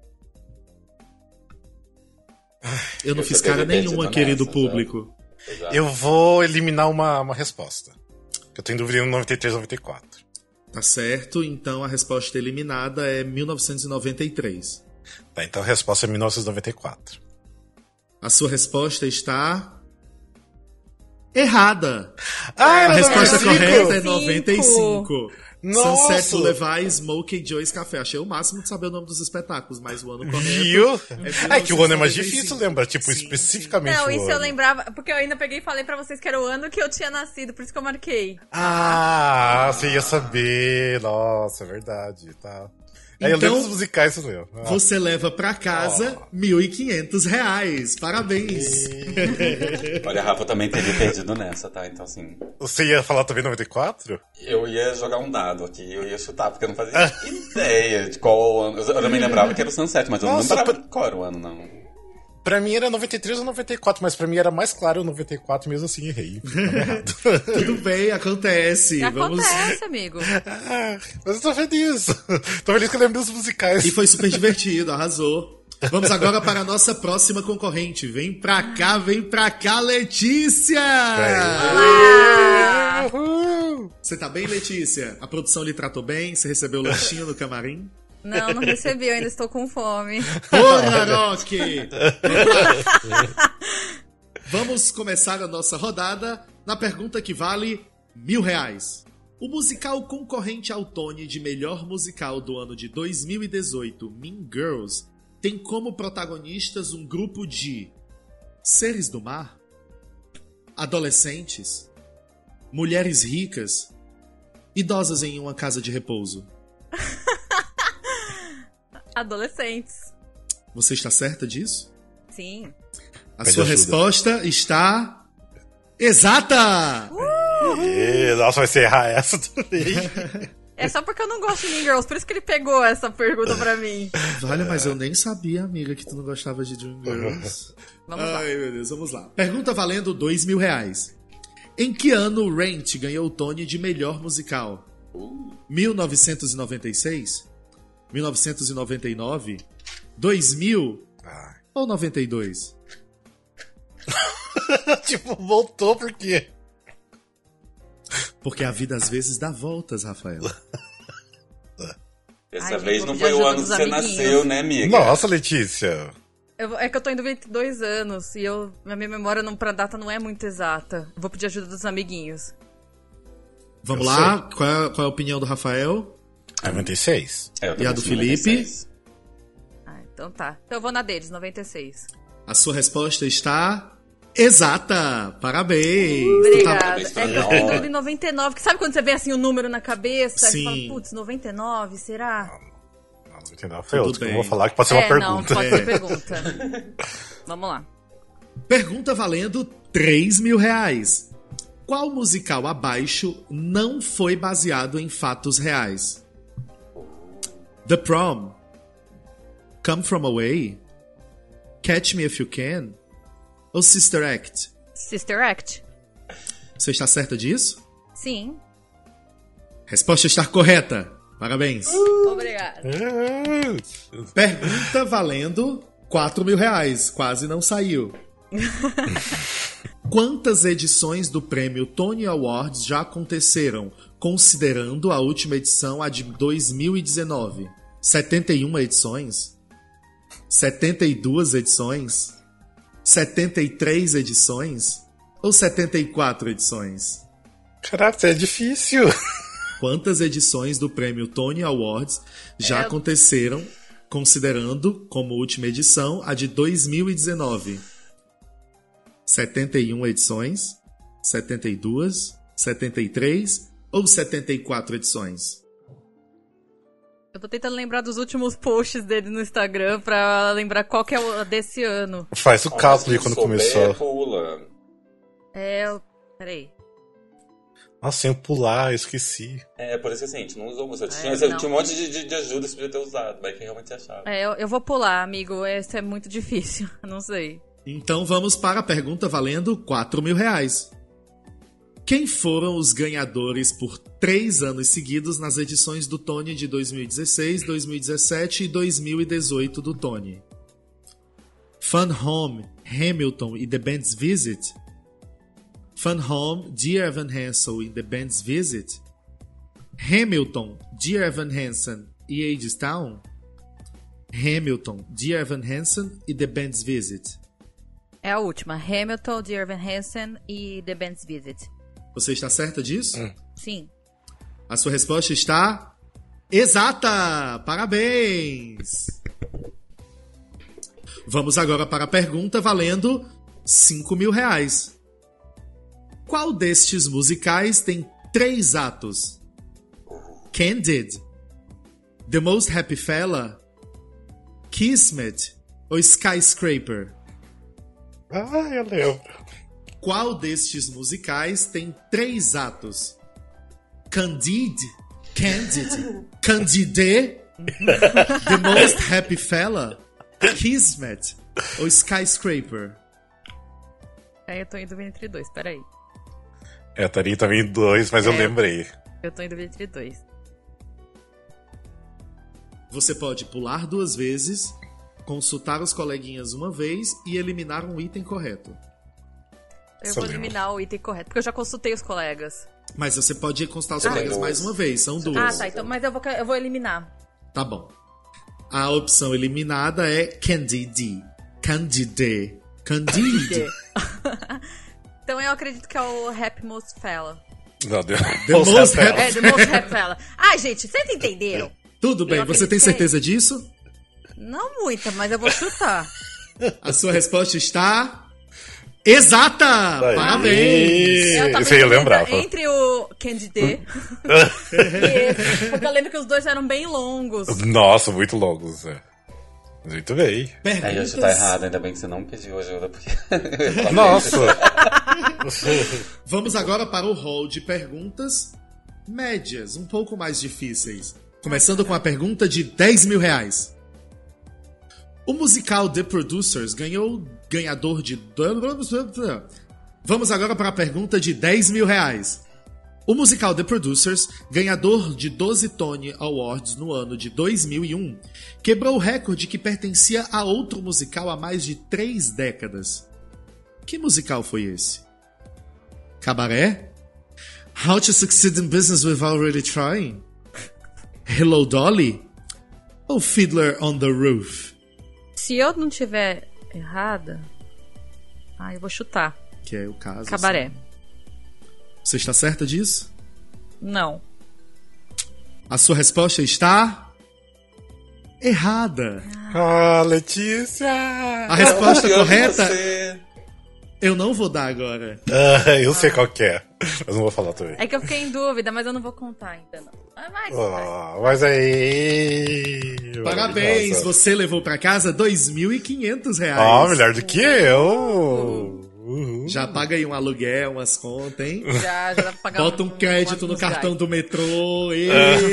Speaker 1: Eu não
Speaker 4: Eu
Speaker 1: fiz
Speaker 4: tô bem
Speaker 1: cara
Speaker 4: perdido
Speaker 1: nenhuma,
Speaker 4: nessa,
Speaker 1: querido
Speaker 4: já.
Speaker 1: público.
Speaker 4: Exato.
Speaker 2: Eu vou eliminar uma, uma resposta. Eu tô em dúvida no noventa e três, noventa e quatro.
Speaker 1: Tá certo, então a resposta eliminada é mil novecentos e noventa e três.
Speaker 2: Tá, então a resposta é mil novecentos e noventa e quatro.
Speaker 1: A sua resposta está errada.
Speaker 2: Ah,
Speaker 1: A resposta
Speaker 2: noventa e cinco?
Speaker 1: correta é noventa e cinco.
Speaker 2: Nossa!
Speaker 1: Sunset Boulevard, Smoke Joe's Café. Achei o máximo de saber o nome dos espetáculos, mas o ano correto...
Speaker 2: Viu? É que o ano é mais
Speaker 1: mil novecentos e noventa e cinco.
Speaker 2: difícil lembrar, tipo,
Speaker 1: Sim,
Speaker 2: especificamente
Speaker 3: Não,
Speaker 2: o
Speaker 3: isso
Speaker 2: ano.
Speaker 3: eu lembrava, porque eu ainda peguei e falei pra vocês que era o ano que eu tinha nascido, por isso que eu marquei.
Speaker 2: Ah, você ia saber. Nossa, é verdade, tá. Aí eu
Speaker 1: Então,
Speaker 2: lembro dos musicais, isso mesmo. Ah.
Speaker 1: você leva pra casa
Speaker 2: Oh.
Speaker 1: mil e quinhentos reais. Parabéns.
Speaker 4: Olha, a Rafa também teria perdido nessa, tá? Então, assim,
Speaker 2: Você ia falar também noventa e quatro?
Speaker 4: eu ia jogar um dado aqui, eu ia chutar, porque eu não fazia ideia de qual ano. Eu também lembrava que era o Sunset, mas eu
Speaker 2: Nossa,
Speaker 4: não lembrava
Speaker 2: pra-
Speaker 4: qual era o ano, não.
Speaker 2: Pra mim era noventa e três ou noventa e quatro, mas pra mim era mais claro o noventa e quatro, mesmo assim errei. Tava errado.
Speaker 1: Tudo bem, acontece. Vamos...
Speaker 3: Acontece, amigo.
Speaker 2: Ah, mas eu tô feliz. Tô feliz que eu lembro dos musicais.
Speaker 1: E foi super divertido, arrasou. Vamos agora para a nossa próxima concorrente. Vem pra cá, vem pra cá, Letícia!
Speaker 2: Uhul.
Speaker 1: Você tá bem, Letícia? A produção lhe tratou bem? Você recebeu o lanchinho no camarim?
Speaker 3: Não, não recebi, eu ainda estou com fome.
Speaker 1: Porra, Rock! Vamos começar a nossa rodada na pergunta que vale mil reais. O musical concorrente ao Tony de melhor musical do ano de dois mil e dezoito, Mean Girls, tem como protagonistas um grupo de seres do mar, adolescentes, mulheres ricas, idosas em uma casa de repouso.
Speaker 3: Adolescentes.
Speaker 1: Você está certa disso?
Speaker 3: Sim.
Speaker 1: A
Speaker 2: Pede
Speaker 1: sua
Speaker 2: ajuda.
Speaker 1: resposta está exata!
Speaker 2: Ê, Nossa, vai ser errar essa também.
Speaker 3: É só porque eu não gosto de Mean Girls, por isso que ele pegou essa pergunta pra mim.
Speaker 1: Vale, mas eu nem sabia, amiga, que tu não gostava de Dreamgirls.
Speaker 3: Vamos lá.
Speaker 1: Ai, meu Deus, vamos lá. Pergunta valendo dois mil reais. Em que ano Rent ganhou o Tony de melhor musical? mil novecentos e noventa e seis? mil novecentos e noventa e nove? dois mil?
Speaker 2: Ah.
Speaker 1: Ou noventa e dois?
Speaker 2: Tipo, voltou por quê?
Speaker 1: Porque a vida às vezes dá voltas, Rafael.
Speaker 4: Dessa
Speaker 3: Ai,
Speaker 4: vez
Speaker 3: gente,
Speaker 4: não
Speaker 3: vou
Speaker 4: foi o
Speaker 3: pedir
Speaker 4: ano que
Speaker 3: ajuda
Speaker 4: você
Speaker 3: dos amiguinhos.
Speaker 4: nasceu, né, amiga?
Speaker 2: Nossa, Letícia.
Speaker 3: Eu- é que eu tô indo vinte e dois anos e eu, a minha memória não, pra data não é muito exata. Eu vou pedir ajuda dos amiguinhos.
Speaker 1: Vamos
Speaker 2: Eu
Speaker 1: lá, qual é, qual é a opinião do Rafael?
Speaker 2: noventa e seis.
Speaker 4: É, eu tô
Speaker 1: E a
Speaker 4: com
Speaker 1: do
Speaker 4: noventa e
Speaker 1: Felipe?
Speaker 4: seis.
Speaker 3: Ah, então tá. Então eu vou na deles, noventa e seis.
Speaker 1: A sua resposta está exata! Parabéns!
Speaker 3: Obrigada.
Speaker 4: Parabéns
Speaker 3: É
Speaker 4: pra
Speaker 3: que eu
Speaker 4: nós.
Speaker 3: tô indo em noventa e nove, que sabe quando você vê assim o número na cabeça?
Speaker 1: Sim.
Speaker 3: E fala, putz, noventa e nove, será?
Speaker 2: Não, noventa e nove foi
Speaker 1: Tudo
Speaker 2: outro que eu
Speaker 1: bem.
Speaker 2: vou falar que pode ser
Speaker 3: é,
Speaker 2: uma pergunta.
Speaker 3: não, pode ser pergunta. Vamos lá.
Speaker 1: Pergunta valendo três mil reais. Qual musical abaixo não foi baseado em fatos reais? The Prom, Come From Away, Catch Me If You Can ou Sister Act?
Speaker 3: Sister Act.
Speaker 1: Você está certa disso?
Speaker 3: Sim.
Speaker 1: Resposta está correta. Parabéns.
Speaker 3: Obrigada.
Speaker 1: Pergunta valendo quatro mil reais. Quase não saiu. Quantas edições do prêmio Tony Awards já aconteceram, considerando a última edição, a de dois mil e dezenove? setenta e uma edições? setenta e duas edições? setenta e três edições? Ou setenta e quatro edições?
Speaker 2: Caraca, é difícil.
Speaker 1: Quantas edições do prêmio Tony Awards já
Speaker 3: É.
Speaker 1: aconteceram, considerando como última edição a de dois mil e dezenove? setenta e uma edições? setenta e duas? setenta e três? Ou setenta e quatro edições?
Speaker 3: Eu tô tentando lembrar dos últimos posts dele no Instagram pra lembrar qual que é o desse ano.
Speaker 2: Faz o cálculo de
Speaker 4: Se
Speaker 2: quando
Speaker 4: souber,
Speaker 2: começou.
Speaker 4: Pula.
Speaker 3: É, eu- peraí.
Speaker 2: Nossa, sem pular, eu esqueci.
Speaker 4: É, por isso que assim, a gente não usou música.
Speaker 3: É,
Speaker 4: Tinha, você
Speaker 3: não.
Speaker 4: tinha um monte de, de, de ajuda que você podia ter usado, vai que realmente achava.
Speaker 3: É, eu, eu vou pular, amigo. Esse é muito difícil. Não sei.
Speaker 1: Então vamos para a pergunta valendo quatro mil reais. Quem foram os ganhadores por três anos seguidos nas edições do Tony de dois mil e dezesseis, dois mil e dezessete e dois mil e dezoito do Tony? Fun Home, Hamilton e The Band's Visit? Fun Home, Dear Evan Hansen e The Band's Visit? Hamilton, Dear Evan Hansen e Agestown? Hamilton, Dear Evan Hansen e The Band's Visit?
Speaker 3: É a última. Hamilton, Dear Evan Hansen e The Band's Visit.
Speaker 1: Você está certa disso?
Speaker 3: Sim.
Speaker 1: A sua resposta está exata! Parabéns! Vamos agora para a pergunta valendo cinco mil reais. Qual destes musicais tem três atos? Candid, The Most Happy Fella, Kismet ou Skyscraper?
Speaker 2: Ah, eu lembro.
Speaker 1: Qual destes musicais tem três atos? Candide, Candide, Candide, The Most Happy Fella, Kismet ou Skyscraper?
Speaker 3: É, eu tô em dúvida entre dois, peraí.
Speaker 2: É, eu estaria também em dois, mas é, eu lembrei.
Speaker 3: Eu tô em dúvida entre dois.
Speaker 1: Você pode pular duas vezes, consultar os coleguinhas uma vez e eliminar um item correto.
Speaker 3: Eu vou eliminar o item correto, porque eu já consultei os colegas.
Speaker 1: Mas você pode consultar os
Speaker 4: Ah,
Speaker 1: colegas
Speaker 4: duas.
Speaker 1: mais uma vez, são duas.
Speaker 3: Ah, tá, então, mas eu vou, eu vou eliminar.
Speaker 1: Tá bom. A opção eliminada é Candide. Candide. Candide.
Speaker 3: Então eu acredito que é o Happy Most Fella.
Speaker 2: Não, deu.
Speaker 1: The Most Happy-
Speaker 3: É, The Most Happy Fella. Ai, gente, vocês entenderam?
Speaker 1: Tudo bem,
Speaker 3: Eu
Speaker 1: você tem
Speaker 3: acredito que é
Speaker 1: certeza disso?
Speaker 3: Não muita, mas eu vou chutar.
Speaker 1: A sua resposta está... Exata!
Speaker 2: Aí.
Speaker 1: Parabéns!
Speaker 3: Eu tava
Speaker 2: Esse aí eu
Speaker 3: em dúvida
Speaker 2: lembrava.
Speaker 3: entre o Candide e esse, porque eu lembro que os dois eram bem longos.
Speaker 2: Nossa, muito longos. É. Muito bem.
Speaker 4: Aí eu acho que tá errado, ainda bem que você não pediu ajuda, porque...
Speaker 2: Nossa!
Speaker 1: Vamos agora para o hall de perguntas médias, um pouco mais difíceis. Começando com a pergunta de dez mil reais. O musical The Producers ganhou ganhador de... Vamos agora para a pergunta de dez mil reais. O musical The Producers, ganhador de doze Tony Awards no ano de dois mil e um, quebrou o recorde que pertencia a outro musical há mais de três décadas. Que musical foi esse? Cabaré? How to Succeed in Business Without Really Trying? Hello Dolly? Ou Fiddler on the Roof?
Speaker 3: Se eu não tiver errada... Ah, eu vou chutar.
Speaker 1: Que é o caso.
Speaker 3: Cabaré.
Speaker 1: Assim. Você está certa disso?
Speaker 3: Não.
Speaker 1: A sua resposta está... errada.
Speaker 2: Ah, Letícia!
Speaker 1: A resposta
Speaker 4: Eu
Speaker 1: correta...
Speaker 4: você.
Speaker 1: Eu não vou dar agora.
Speaker 2: Ah, eu sei qual que é. Mas não vou falar também.
Speaker 3: É que eu fiquei em dúvida, mas eu não vou contar ainda, não. Ah, Mas,
Speaker 2: Ah, mas aí...
Speaker 1: Parabéns,
Speaker 2: Nossa.
Speaker 1: você levou pra casa dois mil e quinhentos reais.
Speaker 2: Ah, melhor do que eu. Uhum.
Speaker 1: Já paga aí um aluguel, umas contas, hein?
Speaker 3: já, já dá pra pagar
Speaker 1: Bota um crédito no
Speaker 3: uns
Speaker 1: cartão
Speaker 3: gás.
Speaker 1: do metrô. Ei!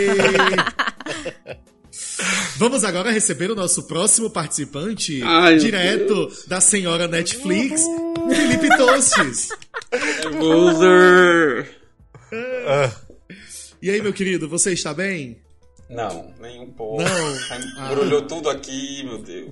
Speaker 1: Vamos agora receber o nosso próximo participante,
Speaker 4: Ai, meu
Speaker 1: direto da senhora Netflix, Felipe Tostes.
Speaker 4: Loser!
Speaker 2: Ah,
Speaker 1: E aí, meu querido, você está bem?
Speaker 4: Não, nem um pouco.
Speaker 1: Não.
Speaker 4: Embrulhou tudo aqui, meu Deus.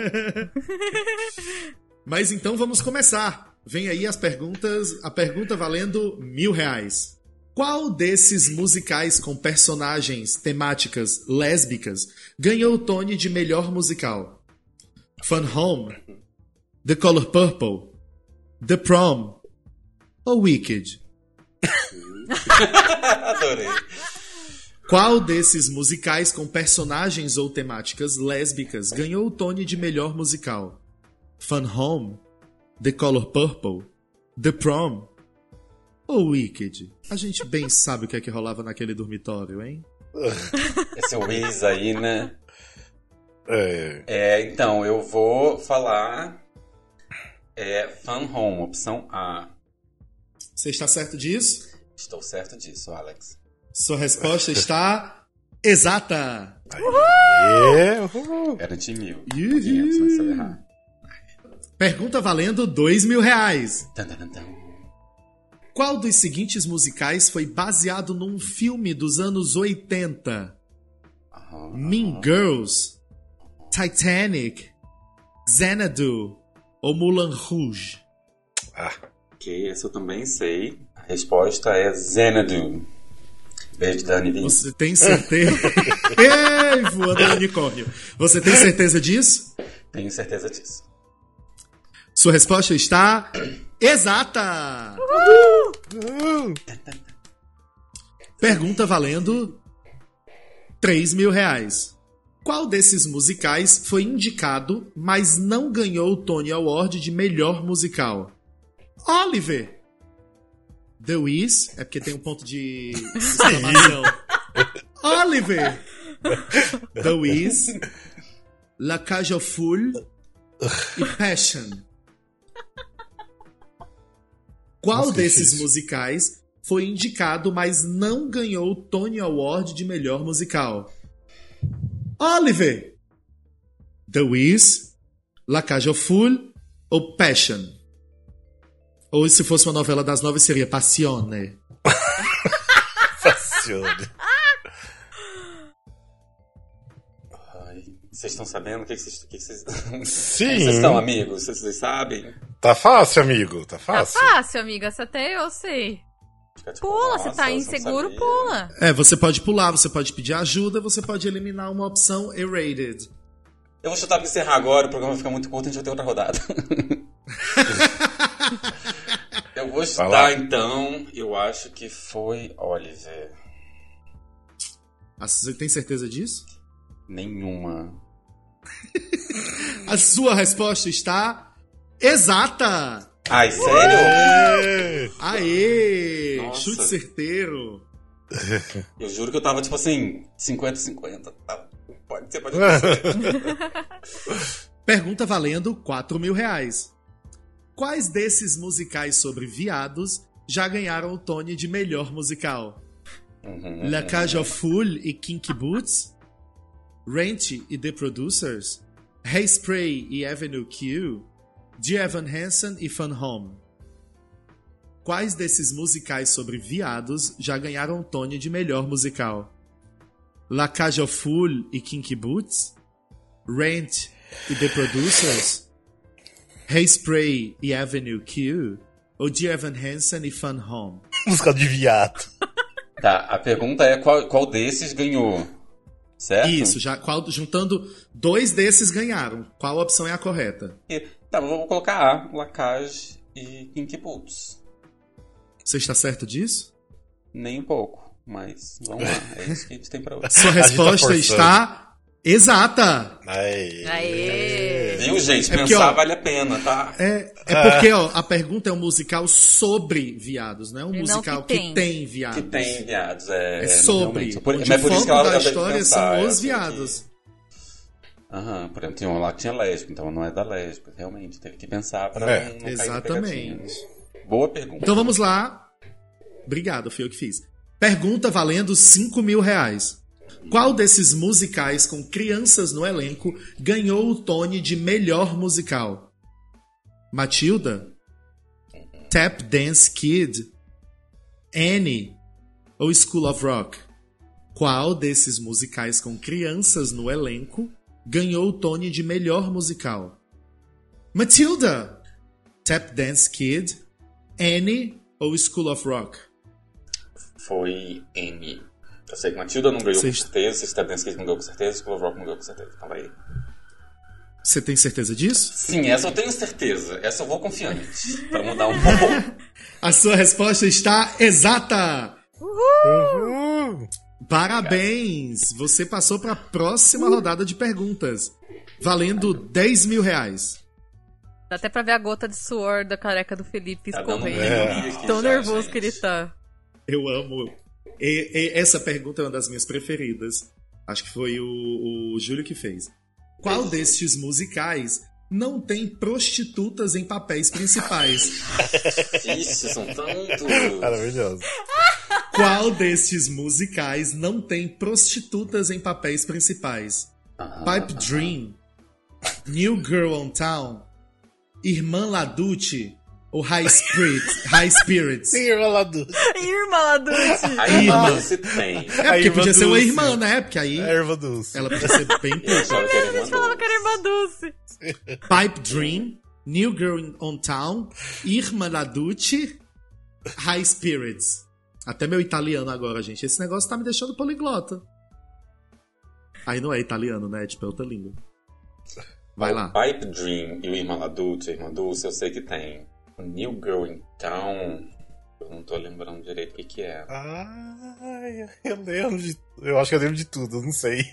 Speaker 1: Mas então vamos começar. Vem aí as perguntas, a pergunta valendo mil reais. Qual desses musicais com personagens temáticas lésbicas ganhou o Tony de melhor musical? Fun Home, The Color Purple, The Prom ou Wicked?
Speaker 4: Adorei.
Speaker 1: Qual desses musicais com personagens ou temáticas lésbicas ganhou o Tony de melhor musical? Fun Home, The Color Purple, The Prom ou Wicked? A gente bem sabe o que é que rolava naquele dormitório, hein?
Speaker 4: Esse Wiz aí, né?
Speaker 2: é.
Speaker 4: É, então, eu vou falar... É, Fun Home, opção A.
Speaker 1: Você está certo disso?
Speaker 4: Estou certo disso, Alex.
Speaker 1: Sua resposta está exata!
Speaker 2: É, uhul.
Speaker 4: Garanti mil.
Speaker 1: Uhul.
Speaker 4: quinhentos, não se errar.
Speaker 1: Pergunta valendo dois mil reais.
Speaker 4: Tan, tan, tan.
Speaker 1: Qual dos seguintes musicais foi baseado num filme dos anos oitenta?
Speaker 4: Aham.
Speaker 1: Mean Girls, Titanic, Xanadu ou Moulin Rouge?
Speaker 2: Ah,
Speaker 4: Ok, esse eu também sei. A resposta é Xanadu. Beijo, Dani Vinci.
Speaker 1: Você tem certeza? Ei, voando no unicórnio. Você tem certeza disso?
Speaker 4: Tenho certeza disso.
Speaker 1: Sua resposta está exata!
Speaker 2: uhul.
Speaker 1: Pergunta valendo três mil reais. Qual desses musicais foi indicado, mas não ganhou o Tony Award de melhor musical? Oliver! The Wiz, é porque tem um ponto de exclamação. Oliver! The Wiz, La Cage aux Folles e Passion. Qual
Speaker 2: Nossa,
Speaker 1: desses
Speaker 2: difícil.
Speaker 1: musicais foi indicado, mas não ganhou o Tony Award de melhor musical? Oliver! The Wiz, La Cage aux Folles ou Passion? Ou se fosse uma novela das nove, seria Passione.
Speaker 2: Passione.
Speaker 4: Ai, vocês estão sabendo o que vocês... Que vocês...
Speaker 2: Sim.
Speaker 4: Vocês são amigos? Vocês, vocês sabem?
Speaker 2: Tá fácil, amigo. Tá
Speaker 3: Tá
Speaker 2: fácil.
Speaker 3: fácil, amiga. Essa até eu sei.
Speaker 4: Fica tipo,
Speaker 3: Pula,
Speaker 4: nossa,
Speaker 3: você tá
Speaker 4: eu não
Speaker 3: inseguro,
Speaker 4: sabia.
Speaker 3: pula.
Speaker 1: É, você pode pular, você pode pedir ajuda, você pode eliminar uma opção errated.
Speaker 4: Eu vou chutar pra encerrar agora, o programa vai ficar muito curto, a gente vai ter outra rodada. Eu vou
Speaker 2: lá.
Speaker 4: chutar, então, eu acho que foi Oliver.
Speaker 1: Ah, você tem certeza disso?
Speaker 4: Nenhuma.
Speaker 1: A sua resposta está exata!
Speaker 4: Ai, sério?
Speaker 2: É.
Speaker 1: Aê!
Speaker 4: Nossa.
Speaker 1: Chute certeiro!
Speaker 4: Eu juro que eu tava, tipo assim, cinquenta a cinquenta. Tá? Pode ser, pode ser.
Speaker 1: Pergunta valendo quatro mil reais. Quais desses musicais sobre viados já ganharam o Tony de melhor musical?
Speaker 4: Uhum,
Speaker 1: La
Speaker 4: uhum.
Speaker 1: Cage aux Folles e Kinky Boots? Rent e The Producers? Hairspray e Avenue Q? Dear Evan Hansen e Fun Home? Quais desses musicais sobre viados já ganharam o Tony de melhor musical? La Cage aux Folles e Kinky Boots? Rent e The Producers? Hairspray e Avenue Q? Ou Dear Evan Hansen e Fun Home?
Speaker 2: Música de viado.
Speaker 4: Tá, a pergunta é qual, qual desses ganhou, certo?
Speaker 1: Isso, já, qual, juntando dois desses ganharam. Qual opção é a correta?
Speaker 4: E, tá, eu vou colocar A, Lacage e Kinky Boots.
Speaker 1: Você está certo disso?
Speaker 4: Nem um pouco, mas vamos lá, é isso que a gente tem pra hoje.
Speaker 1: Sua
Speaker 2: A gente tá
Speaker 1: resposta
Speaker 2: forçando.
Speaker 1: está exata!
Speaker 2: Aê.
Speaker 3: Aê!
Speaker 4: Viu, gente?
Speaker 1: É porque,
Speaker 4: Pensar
Speaker 1: ó,
Speaker 4: vale a pena, tá?
Speaker 1: É, é porque, ó, a pergunta é um musical sobre viados, não é um
Speaker 3: E não
Speaker 1: musical
Speaker 3: que
Speaker 1: que
Speaker 3: tem.
Speaker 1: tem, viados.
Speaker 4: Que tem viados, é...
Speaker 1: É sobre.
Speaker 4: realmente. Por,
Speaker 1: onde
Speaker 4: mas
Speaker 1: o
Speaker 4: por isso
Speaker 1: foco
Speaker 4: que ela
Speaker 1: da
Speaker 4: ela deve
Speaker 1: história
Speaker 4: pensar,
Speaker 1: são
Speaker 4: é
Speaker 1: os
Speaker 4: assim que-
Speaker 1: viados.
Speaker 4: Aham, por exemplo, tinha um lá que tinha lésbico, então não é da lésbica, realmente. Teve que pensar pra
Speaker 2: É,
Speaker 4: não, não
Speaker 1: exatamente.
Speaker 4: cair na pegadinha. Boa pergunta.
Speaker 1: Então vamos lá. Obrigado, foi eu que fiz. Pergunta valendo cinco mil reais. Qual desses musicais com crianças no elenco ganhou o Tony de melhor musical? Matilda? Tap Dance Kid? Annie? Ou School of Rock? Qual desses musicais com crianças no elenco ganhou o Tony de melhor musical? Matilda? Tap Dance Kid? Annie? Ou School of Rock?
Speaker 4: Foi N. Eu sei que Matilda não ganhou
Speaker 1: Vocês-
Speaker 4: com certeza, Sexta Dance Kids não ganhou com certeza, School of Rock não ganhou com certeza. Então vai aí.
Speaker 1: Você tem certeza disso?
Speaker 4: Sim, essa eu tenho certeza. Essa eu vou confiante. Pra mudar um pouco.
Speaker 1: A sua resposta está exata!
Speaker 2: Uhul.
Speaker 1: Parabéns! Você passou para a próxima rodada de perguntas, valendo dez mil reais.
Speaker 3: Dá até pra ver a gota de suor da careca do Felipe
Speaker 4: Tá dando
Speaker 3: escorrendo.
Speaker 4: melhoria aqui
Speaker 3: Tão
Speaker 4: já,
Speaker 3: nervoso
Speaker 4: gente.
Speaker 3: que ele tá.
Speaker 1: Eu amo. E, e essa pergunta é uma das minhas preferidas. Acho que foi o, o Júlio que fez. Qual destes musicais não tem prostitutas em papéis principais?
Speaker 4: Ixi, são tantos.
Speaker 2: Maravilhoso.
Speaker 1: Qual destes musicais não tem prostitutas em papéis principais?
Speaker 4: Aham,
Speaker 1: Pipe
Speaker 4: aham.
Speaker 1: Dream, New Girl on Town, Irmã Laducci ou High Spirits? High Spirits?
Speaker 2: Sim, rolado.
Speaker 3: Irmã Laducci!
Speaker 4: A irmã
Speaker 1: Irmã.
Speaker 4: Dulce tem.
Speaker 1: É porque
Speaker 2: irmã
Speaker 1: podia ser uma
Speaker 2: Dulce.
Speaker 1: irmã, né? Porque aí
Speaker 2: É erva doce.
Speaker 1: ela podia ser bem
Speaker 4: Eu
Speaker 1: puta.
Speaker 4: achava que era
Speaker 3: A
Speaker 4: irmã
Speaker 3: gente falava que era
Speaker 4: Dulce.
Speaker 3: irmã Dulce.
Speaker 1: Pipe Dream, New Girl on Town, Irmã Laducci, High Spirits. Até meu italiano agora, gente. Esse negócio tá me deixando poliglota. Aí não é italiano, né? É tipo é outra língua. Vai
Speaker 4: O
Speaker 1: lá.
Speaker 4: Pipe Dream e o Irmã Laduce, a Irmã Dulce, eu sei que tem. O New Girl in Town, eu não tô lembrando direito o que que é.
Speaker 2: Ai, eu lembro de. Eu acho que eu lembro de tudo, não sei.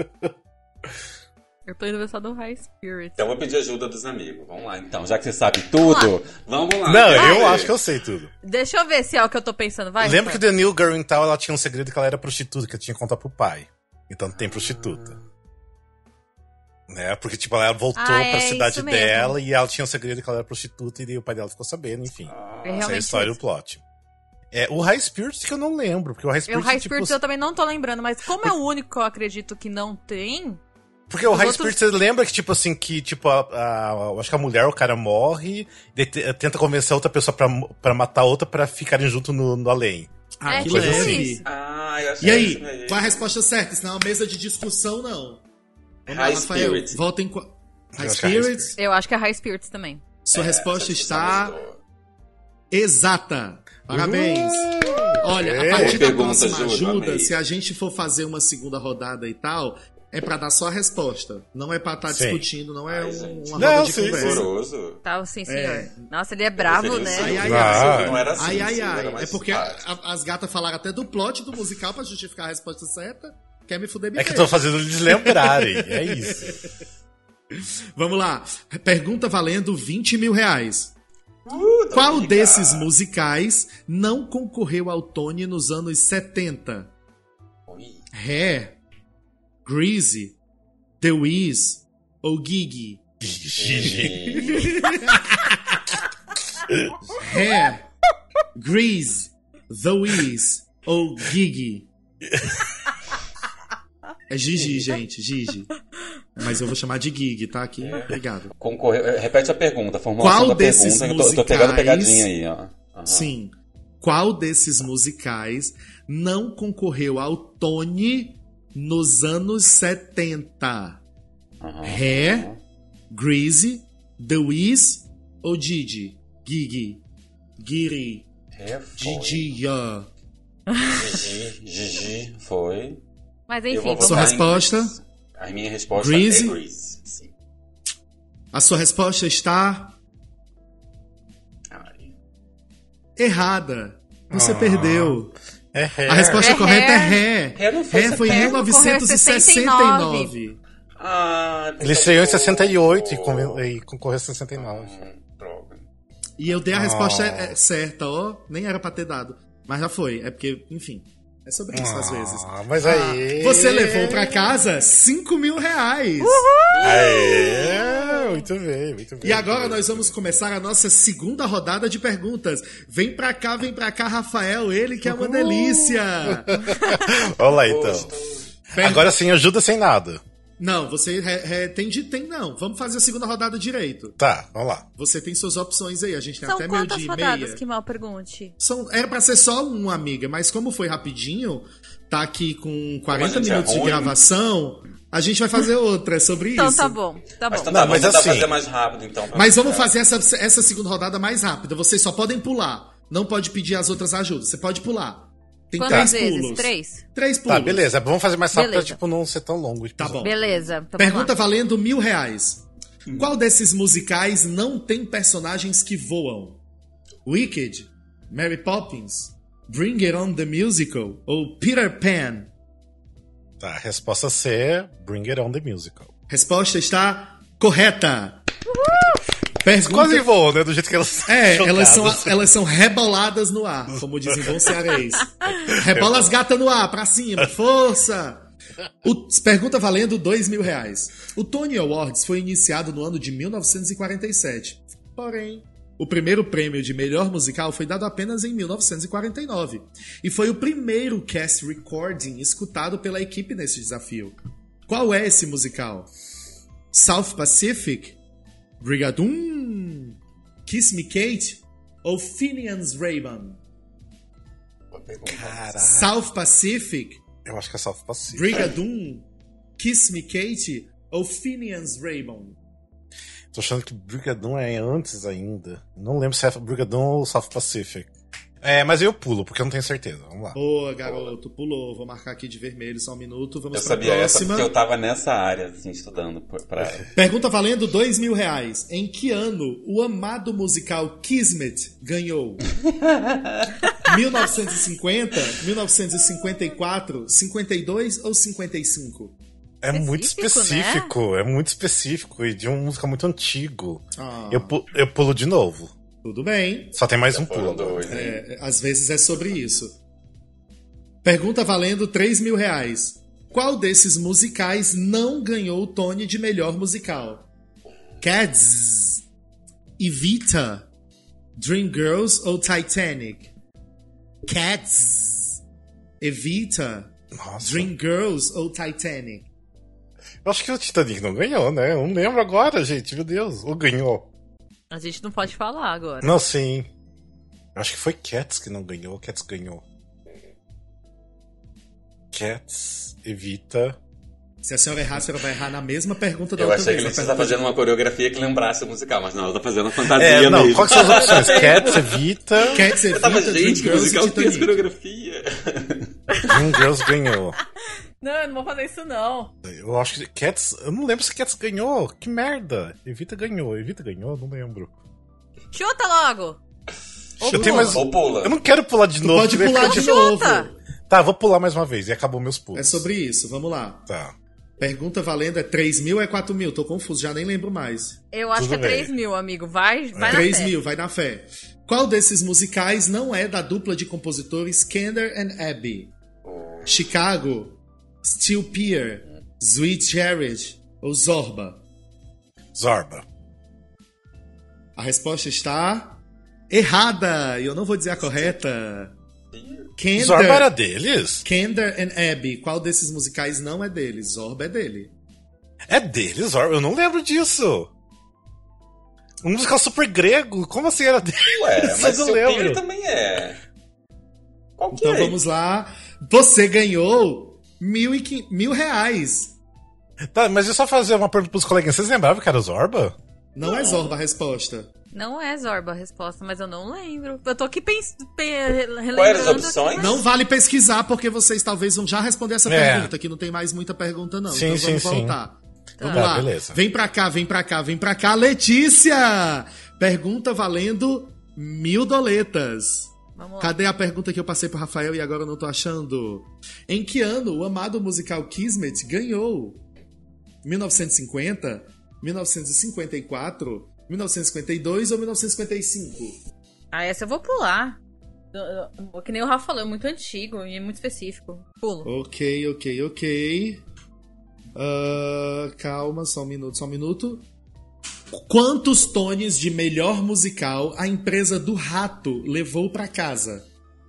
Speaker 3: Eu tô indo ver só do High Spirit.
Speaker 4: Então eu vou pedir ajuda dos amigos. Vamos lá, então. Já que você sabe tudo, vamos lá.
Speaker 2: Não,
Speaker 4: Quero
Speaker 2: eu
Speaker 4: ver.
Speaker 2: acho que eu sei tudo.
Speaker 3: Deixa eu ver se é o que eu tô pensando. Vai,
Speaker 2: Lembro que
Speaker 3: Rafael.
Speaker 2: The New Girl in Town ela tinha um segredo que ela era prostituta, que ela tinha que contar pro pai. Então tem prostituta. Né? Porque, tipo, ela voltou
Speaker 3: ah,
Speaker 2: pra
Speaker 3: é
Speaker 2: cidade dela e ela tinha um segredo que ela era prostituta e daí o pai dela ficou sabendo, enfim.
Speaker 3: É
Speaker 2: Essa é a história do plot. É, o High Spirits que eu não lembro, porque o High Spirits...
Speaker 3: O High
Speaker 2: tipo,
Speaker 3: Spirits eu também não tô lembrando, mas como é o único que eu acredito que não tem...
Speaker 2: Porque o High
Speaker 3: outros...
Speaker 2: Spirits, você lembra que, tipo assim, que, tipo, a, a, eu acho que a mulher, o cara morre, e tenta convencer a outra pessoa pra, pra matar a outra pra ficarem junto no, no além.
Speaker 1: Ah,
Speaker 3: é,
Speaker 1: que
Speaker 3: tipo
Speaker 1: leve.
Speaker 3: isso.
Speaker 4: Ah, eu achei
Speaker 1: E aí,
Speaker 4: isso mesmo.
Speaker 1: qual a resposta certa? Isso não é uma mesa de discussão, não. Vamos lá,
Speaker 4: High
Speaker 1: Rafael.
Speaker 4: Spirits.
Speaker 1: Volta em... High
Speaker 2: Eu acho que é High
Speaker 1: Spirits.
Speaker 3: Eu acho que é High Spirits também.
Speaker 1: Sua
Speaker 4: É,
Speaker 1: resposta
Speaker 4: essa
Speaker 1: está
Speaker 4: discussão mudou.
Speaker 1: exata. Parabéns. Olha,
Speaker 2: É.
Speaker 1: a partir da
Speaker 4: Pergunta,
Speaker 1: próxima
Speaker 4: Júlio,
Speaker 1: ajuda,
Speaker 4: amei.
Speaker 1: se a gente for fazer uma segunda rodada e tal, é pra dar só a resposta. Não é pra estar
Speaker 2: Sim.
Speaker 1: discutindo, não é
Speaker 4: Ai,
Speaker 1: um-
Speaker 4: gente.
Speaker 1: uma
Speaker 2: Não,
Speaker 1: roda de
Speaker 2: sim,
Speaker 1: conversa.
Speaker 4: Horroroso.
Speaker 3: Tá, sim, senhor.
Speaker 1: É.
Speaker 3: Nossa, ele é bravo,
Speaker 4: Preferi o
Speaker 3: né?
Speaker 1: Ai, ai,
Speaker 4: Silvio.
Speaker 1: ai.
Speaker 2: Ah.
Speaker 4: Silvio não era assim,
Speaker 1: Ai, ai,
Speaker 4: Silvio era
Speaker 1: ai.
Speaker 4: mais
Speaker 1: É porque
Speaker 4: simpático.
Speaker 1: a- as gatas falaram até do plot do musical pra justificar a resposta certa. Quer me fuder, me
Speaker 2: É que eu
Speaker 1: deixa.
Speaker 2: tô fazendo eles lembrarem, é isso.
Speaker 1: Vamos lá. Pergunta valendo vinte mil reais.
Speaker 4: Uh,
Speaker 1: Qual
Speaker 4: amiga.
Speaker 1: desses musicais não concorreu ao Tony nos anos setenta?
Speaker 4: Ui.
Speaker 1: Hair, Greasy, The Wiz ou Gigi?
Speaker 2: Gigi.
Speaker 1: Hair, Grease, The Wiz ou Gigi? É Gigi, gente, Gigi. Mas eu vou chamar de Gigi, tá? Aqui, obrigado.
Speaker 4: Concorreu... Repete a pergunta, a formulação
Speaker 1: Qual
Speaker 4: da
Speaker 1: desses
Speaker 4: pergunta, que eu tô, eu tô pegando a
Speaker 1: musicais-
Speaker 4: pegadinha aí, ó. Aham.
Speaker 1: Sim. Qual desses musicais não concorreu ao Tony nos anos setenta?
Speaker 4: Aham.
Speaker 1: Hair, Greasy, The Wiz ou Gigi? Gigi. Giri.
Speaker 4: É, foi.
Speaker 1: Gigi. yeah.
Speaker 4: Gigi, Gigi, foi.
Speaker 3: Mas
Speaker 4: Eu
Speaker 3: enfim,
Speaker 4: vou
Speaker 3: vamos
Speaker 1: Sua
Speaker 4: votar
Speaker 3: lá.
Speaker 4: em
Speaker 1: resposta?
Speaker 4: Grease. A minha resposta
Speaker 1: Greasy?
Speaker 4: é Grease. Sim.
Speaker 1: A sua resposta está
Speaker 4: Ai.
Speaker 1: errada. Você
Speaker 2: Ah.
Speaker 1: perdeu.
Speaker 2: É hair.
Speaker 1: A resposta
Speaker 3: É
Speaker 1: correta é
Speaker 3: Hair.
Speaker 1: Hair.
Speaker 4: Hair não foi
Speaker 1: Hair foi em
Speaker 3: setenta.
Speaker 1: mil novecentos e sessenta e nove.
Speaker 4: Ah,
Speaker 2: Ele estreou em sessenta e oito e, com, e concorreu em sessenta e nove.
Speaker 4: Hum, droga.
Speaker 1: E eu dei a
Speaker 2: Ah.
Speaker 1: resposta é- certa, ó. Nem era pra ter dado. Mas já foi. É porque, enfim. É sobre isso às vezes.
Speaker 2: Ah, mas aí...
Speaker 1: Você levou pra casa cinco mil reais.
Speaker 2: Aê, muito bem, muito bem.
Speaker 1: E agora nós vamos começar a nossa segunda rodada de perguntas. Vem pra cá, vem pra cá, Rafael. Ele que é uma delícia.
Speaker 2: Vamos lá, então.
Speaker 4: Gostoso.
Speaker 1: Per-
Speaker 2: Agora sim, ajuda sem nada.
Speaker 1: Não, você re- re- tem de tem não. Vamos fazer a segunda rodada direito.
Speaker 2: Tá, vamos lá.
Speaker 1: Você tem suas opções aí. A gente tem
Speaker 3: São
Speaker 1: até meio
Speaker 3: quantas
Speaker 1: dia e
Speaker 3: rodadas,
Speaker 1: meia.
Speaker 3: que mal pergunte?
Speaker 1: São, era pra ser só um, amiga, mas como foi rapidinho, tá aqui com quarenta
Speaker 4: gente é
Speaker 1: minutos de
Speaker 4: ruim.
Speaker 1: gravação, a gente vai fazer outra, é sobre
Speaker 3: Então
Speaker 1: isso.
Speaker 3: tá bom, tá
Speaker 4: Mas
Speaker 3: bom.
Speaker 4: então
Speaker 2: Não,
Speaker 4: tá,
Speaker 2: mas
Speaker 4: vamos tentar
Speaker 2: assim-
Speaker 4: fazer mais rápido, então. pra
Speaker 1: Mas vamos
Speaker 4: ficar-
Speaker 1: fazer essa, essa segunda rodada mais rápida. Vocês só podem pular. Não pode pedir as outras ajudas. Você pode pular. Tem
Speaker 3: Quantas
Speaker 1: três
Speaker 3: vezes?
Speaker 1: pulos.
Speaker 3: Três?
Speaker 1: Três pulos.
Speaker 2: Tá, beleza. Vamos fazer mais rápido pra,
Speaker 3: Beleza.
Speaker 2: tipo, não ser tão longo.
Speaker 1: Tá bom.
Speaker 3: Beleza. Então
Speaker 1: Pergunta
Speaker 3: vamos lá.
Speaker 1: valendo mil reais. Qual desses musicais não tem personagens que voam? Wicked, Mary Poppins, Bring It On The Musical ou Peter Pan?
Speaker 2: Tá, resposta C é Bring It On The Musical.
Speaker 1: Resposta está correta. Pergunta...
Speaker 2: Quase voam, né? Do jeito que elas
Speaker 1: É,
Speaker 2: chocadas.
Speaker 1: elas são, elas são reboladas no ar, como dizem bom cearês. Rebola as gatas no ar, pra cima, força! O, pergunta valendo dois mil reais. O Tony Awards foi iniciado no ano de mil novecentos e quarenta e sete. Porém, o primeiro prêmio de melhor musical foi dado apenas em mil novecentos e quarenta e nove. E foi o primeiro cast recording escutado pela equipe nesse desafio. Qual é esse musical? South Pacific? Brigadoon? Kiss Me Kate? Ou Phineas Raven?
Speaker 4: Boa pergunta.
Speaker 2: Caraca,
Speaker 1: South Pacific?
Speaker 2: eu acho que é South Pacific.
Speaker 1: Brigadoon? Kiss Me Kate? Ou Phineas Raven?
Speaker 2: Tô achando que Brigadoon é antes ainda. Não lembro se é Brigadoon ou South Pacific. É, mas eu pulo, porque eu não tenho certeza. Vamos lá.
Speaker 1: Boa, garoto, pulou. Vou marcar aqui de vermelho só um minuto. Vamos
Speaker 4: Eu
Speaker 1: pra
Speaker 4: sabia essa
Speaker 1: próxima.
Speaker 4: porque eu tava nessa área, assim, estudando por- pra...
Speaker 1: Pergunta valendo dois mil reais. Em que ano o amado musical Kismet ganhou? mil novecentos e cinquenta, mil novecentos e cinquenta e quatro, cinquenta e dois ou cinquenta e cinco?
Speaker 2: É muito
Speaker 3: Específico,
Speaker 2: específico, é muito específico e de uma música muito antigo.
Speaker 1: Ah,
Speaker 2: Eu, pu- eu pulo de novo.
Speaker 1: tudo bem.
Speaker 2: Só tem mais um
Speaker 4: Foram
Speaker 2: pulo.
Speaker 4: dois, hein?
Speaker 1: É, às vezes é sobre isso. Pergunta valendo três mil reais. Qual desses musicais não ganhou o Tony de melhor musical? Cats, Evita, Dreamgirls ou Titanic? Cats, Evita,
Speaker 2: Nossa.
Speaker 1: Dreamgirls ou Titanic?
Speaker 2: Eu acho que o Titanic não ganhou, né? Eu não lembro agora, gente. Meu Deus. Ou ganhou?
Speaker 3: A gente não pode falar agora.
Speaker 2: Não, sim. Eu acho que foi Cats que não ganhou. Cats ganhou. Cats, Evita.
Speaker 1: Se a senhora errar, a senhora vai errar na mesma pergunta da
Speaker 4: Eu
Speaker 1: outra
Speaker 4: achei
Speaker 1: vez.
Speaker 4: que ele
Speaker 1: A
Speaker 4: estava
Speaker 1: pergunta
Speaker 4: fazendo uma coreografia que lembrasse o musical, mas não, ela tá fazendo fantasia
Speaker 2: É, não,
Speaker 4: mesmo.
Speaker 2: quais são as opções? Cats, Evita.
Speaker 1: de- Cats,
Speaker 4: Eu
Speaker 1: Evita,
Speaker 4: tava, gente, que
Speaker 1: Dreamgirls
Speaker 4: musical
Speaker 1: e
Speaker 4: que tem essa
Speaker 1: Titanic.
Speaker 4: coreografia.
Speaker 2: Dreamgirls ganhou.
Speaker 3: Não, eu não vou fazer isso, não.
Speaker 2: Eu acho que Cats. Eu não lembro se Cats ganhou. Que merda. Evita ganhou. Evita ganhou? Não lembro.
Speaker 3: Chuta logo! Ou
Speaker 2: Eu tenho
Speaker 3: pula.
Speaker 2: mais-
Speaker 4: Ou pula.
Speaker 2: Eu não quero pular de novo.
Speaker 1: Pode
Speaker 2: queria
Speaker 1: pular
Speaker 2: ficar
Speaker 1: de novo.
Speaker 3: Chuta!
Speaker 2: Tá, vou pular mais uma vez. E acabou meus pulos.
Speaker 1: É sobre isso, vamos lá.
Speaker 2: Tá.
Speaker 1: Pergunta valendo é três mil ou é quatro mil? Tô confuso, já nem lembro mais.
Speaker 3: Eu acho
Speaker 2: Tudo
Speaker 3: que é
Speaker 2: bem.
Speaker 3: três mil, amigo. Vai, vai
Speaker 1: três
Speaker 3: na fé.
Speaker 1: mil, vai na fé. Qual desses musicais não é da dupla de compositores Kander and Abby? Chicago, Steel Pier, Sweet Jared ou Zorba?
Speaker 2: Zorba.
Speaker 1: A resposta está errada. E eu não vou dizer a correta.
Speaker 2: Zorba era
Speaker 1: Kander,
Speaker 2: deles?
Speaker 1: Kander and Abby. Qual desses musicais não é deles? Zorba é dele.
Speaker 2: É deles, Zorba? Eu não lembro disso. Um musical super grego? Como assim era deles?
Speaker 4: Ué, mas
Speaker 2: eu
Speaker 4: o
Speaker 2: não
Speaker 4: Peter
Speaker 2: lembro.
Speaker 4: também é. Qual que
Speaker 1: Então
Speaker 4: é?
Speaker 1: vamos lá. Você ganhou mil, e quin... mil reais.
Speaker 2: Tá, mas eu só fazer uma pergunta pros coleguinhas. Vocês lembravam que era o Zorba?
Speaker 1: Não, é Zorba a resposta.
Speaker 3: Não é Zorba a resposta, mas eu não lembro. Eu tô aqui pens... pe... relembrando.
Speaker 4: Quais as
Speaker 3: aqui,
Speaker 4: opções?
Speaker 3: mas-
Speaker 1: Não vale pesquisar, porque vocês talvez vão já responder essa
Speaker 2: É.
Speaker 1: pergunta, que não tem mais muita pergunta, não.
Speaker 2: Sim,
Speaker 1: então
Speaker 2: sim,
Speaker 1: vamos
Speaker 2: sim.
Speaker 1: voltar. Vamos
Speaker 2: Tá,
Speaker 1: lá.
Speaker 2: beleza.
Speaker 1: Vem pra cá, vem pra cá, vem pra cá. Letícia! Pergunta valendo mil doletas.
Speaker 3: Vamos lá.
Speaker 1: Cadê a pergunta que eu passei pro Rafael e agora eu não tô achando? Em que ano o amado musical Kismet ganhou? mil novecentos e cinquenta? mil novecentos e cinquenta e quatro? mil novecentos e cinquenta e dois ou mil novecentos e cinquenta e cinco?
Speaker 3: Ah, essa eu vou pular. Eu- eu- Que nem o Rafa falou, é muito antigo e é muito específico. Pulo.
Speaker 1: Ok, ok, ok. Ah, calma, só um minuto, só um minuto. Quantos tones de melhor musical a empresa do Rato levou pra casa?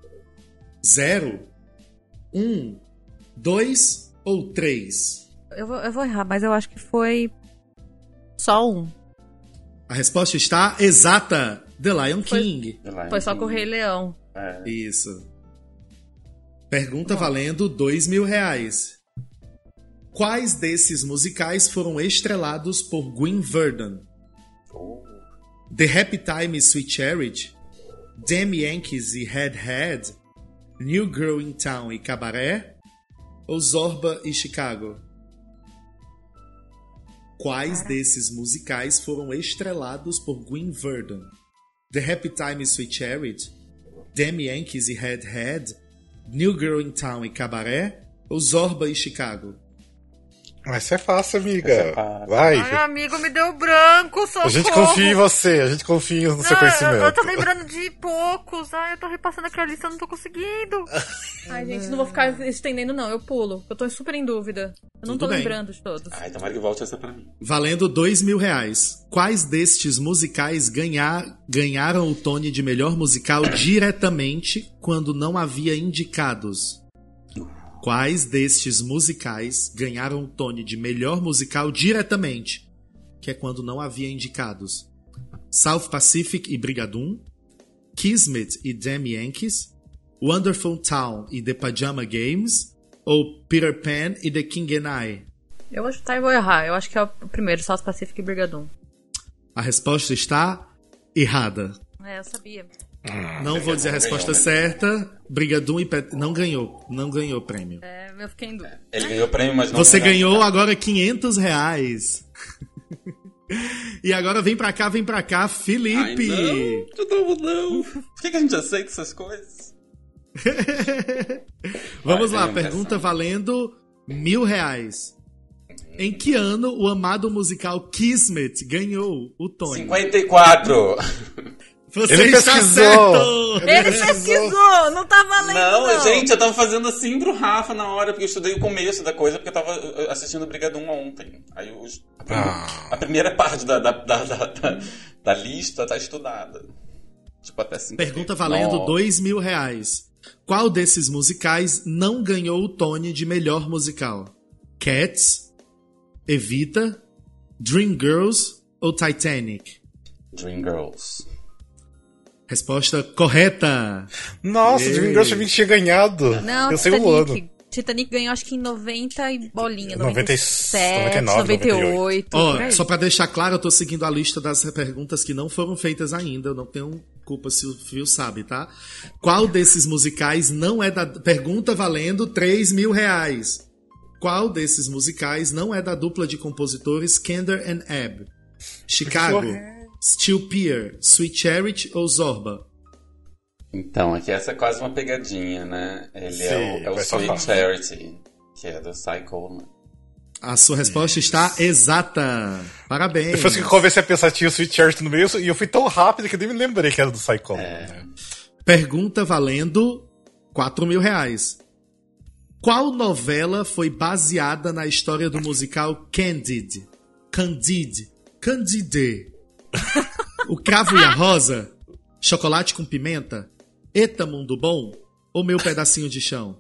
Speaker 1: Zero? Um? Dois ou três?
Speaker 3: Eu vou, eu vou errar, mas eu acho que foi só um.
Speaker 1: A resposta está exata. The Lion
Speaker 3: Foi-
Speaker 1: King.
Speaker 3: Foi só com o Rei Leão.
Speaker 4: É.
Speaker 1: Isso. Pergunta valendo dois mil reais. Quais desses musicais foram estrelados por Gwen Verdon?
Speaker 4: Oh.
Speaker 1: The Happy Time e Sweet Charity? Damn Yankees e Head Head? New Girl in Town e Cabaré? Ou Zorba e Chicago? Quais desses musicais foram estrelados por Gwen Verdon? The Happy Time e Sweet Charity? Damn Yankees e Head Head? New Girl in Town e Cabaré? Ou Zorba e Chicago?
Speaker 2: Mas isso é fácil, amiga.
Speaker 4: Essa é fácil.
Speaker 2: Vai.
Speaker 3: Ai, amigo, me deu branco, socorro.
Speaker 2: A gente confia em você, a gente confia no seu
Speaker 3: Não,
Speaker 2: conhecimento.
Speaker 3: eu, eu tô lembrando de poucos. Ai, eu tô repassando aqui a lista, eu não tô conseguindo. Ai, gente, não vou ficar estendendo, não. Eu pulo. Eu tô super em dúvida. Eu não
Speaker 1: Tudo
Speaker 3: tô
Speaker 1: bem.
Speaker 3: lembrando de todos.
Speaker 4: Ai, tomara que volte essa pra mim.
Speaker 1: Valendo dois mil reais. Quais destes musicais ganhar, ganharam o Tony de melhor musical diretamente quando não havia indicados? Quais destes musicais ganharam o Tony de melhor musical diretamente, que é quando não havia indicados? South Pacific e Brigadoon? Kismet e Damn Yankees? Wonderful Town e The Pajama Games? Ou Peter Pan e The King and I?
Speaker 3: Eu vou chutar e vou errar. Eu acho que é o primeiro, South Pacific e Brigadoon.
Speaker 1: A resposta está errada.
Speaker 3: É, eu sabia.
Speaker 1: Não vou dizer a resposta
Speaker 4: ganhou, né?
Speaker 1: certa. Brigadoon e Pet... Não ganhou. Não ganhou o prêmio.
Speaker 3: É, eu fiquei em dúvida.
Speaker 4: Ele ganhou o prêmio, mas não
Speaker 1: Você
Speaker 4: ganhou.
Speaker 1: ganhou agora quinhentos reais. E agora vem pra cá, vem pra cá,
Speaker 4: Ai,
Speaker 1: Felipe.
Speaker 4: não, de novo não. Por que, que a gente aceita essas coisas?
Speaker 1: Vamos
Speaker 4: Vai,
Speaker 1: lá,
Speaker 4: tem
Speaker 1: pergunta
Speaker 4: impressão.
Speaker 1: valendo mil reais. Em que ano o amado musical Kismet ganhou o Tony?
Speaker 4: cinquenta e quatro.
Speaker 1: Você
Speaker 2: Ele
Speaker 1: está
Speaker 2: pesquisou.
Speaker 1: certo!
Speaker 3: Ele pesquisou! Não tá valendo,
Speaker 4: Não,
Speaker 3: não!
Speaker 4: gente, eu tava fazendo assim pro Rafa na hora, porque eu estudei o começo da coisa, porque eu tava assistindo o Brigadum ontem. Aí os, a, prim-
Speaker 2: Ah.
Speaker 4: a primeira parte da, da, da, da, da, da lista tá estudada. Tipo, até cinco.
Speaker 1: Pergunta valendo
Speaker 4: Nossa.
Speaker 1: dois mil reais. Qual desses musicais não ganhou o Tony de melhor musical? Cats, Evita, Dreamgirls ou Titanic?
Speaker 4: Dreamgirls.
Speaker 1: Resposta correta.
Speaker 2: Nossa,
Speaker 1: Ei.
Speaker 2: Dreamgirls eu vi que tinha ganhado.
Speaker 3: Não,
Speaker 2: eu sei o ano.
Speaker 3: Titanic. Titanic ganhou acho que em noventa e bolinha,
Speaker 2: noventa
Speaker 3: noventa
Speaker 2: e
Speaker 3: e sete,
Speaker 2: noventa e nove,
Speaker 3: noventa e oito.
Speaker 1: Ó,
Speaker 3: por aí.
Speaker 1: só pra deixar claro, eu tô seguindo a lista das perguntas que não foram feitas ainda. Eu não tenho culpa se o Fio sabe, tá? Qual desses musicais não é da... Pergunta valendo três mil reais. Qual desses musicais não é da dupla de compositores Kander and Ebb? Chicago, Steel Pier, Sweet Charity ou Zorba?
Speaker 4: Então, aqui essa é quase uma pegadinha, né? Ele
Speaker 2: Sim,
Speaker 4: é o, é o
Speaker 2: vai
Speaker 4: Sweet
Speaker 2: safar.
Speaker 4: Charity, que é do Cy Coleman.
Speaker 1: A sua resposta está exata. Parabéns.
Speaker 2: Depois que eu comecei a pensar, tinha o Sweet Charity no meio, e eu fui tão rápido que eu nem me lembrei que era do Psycho.
Speaker 4: É.
Speaker 2: Né?
Speaker 1: Pergunta valendo quatro mil reais. Qual novela foi baseada na história do musical Candide? Candide. Candide. O Cravo e a Rosa? Chocolate com Pimenta? Eita Mundo Bom? Ou Meu Pedacinho de Chão?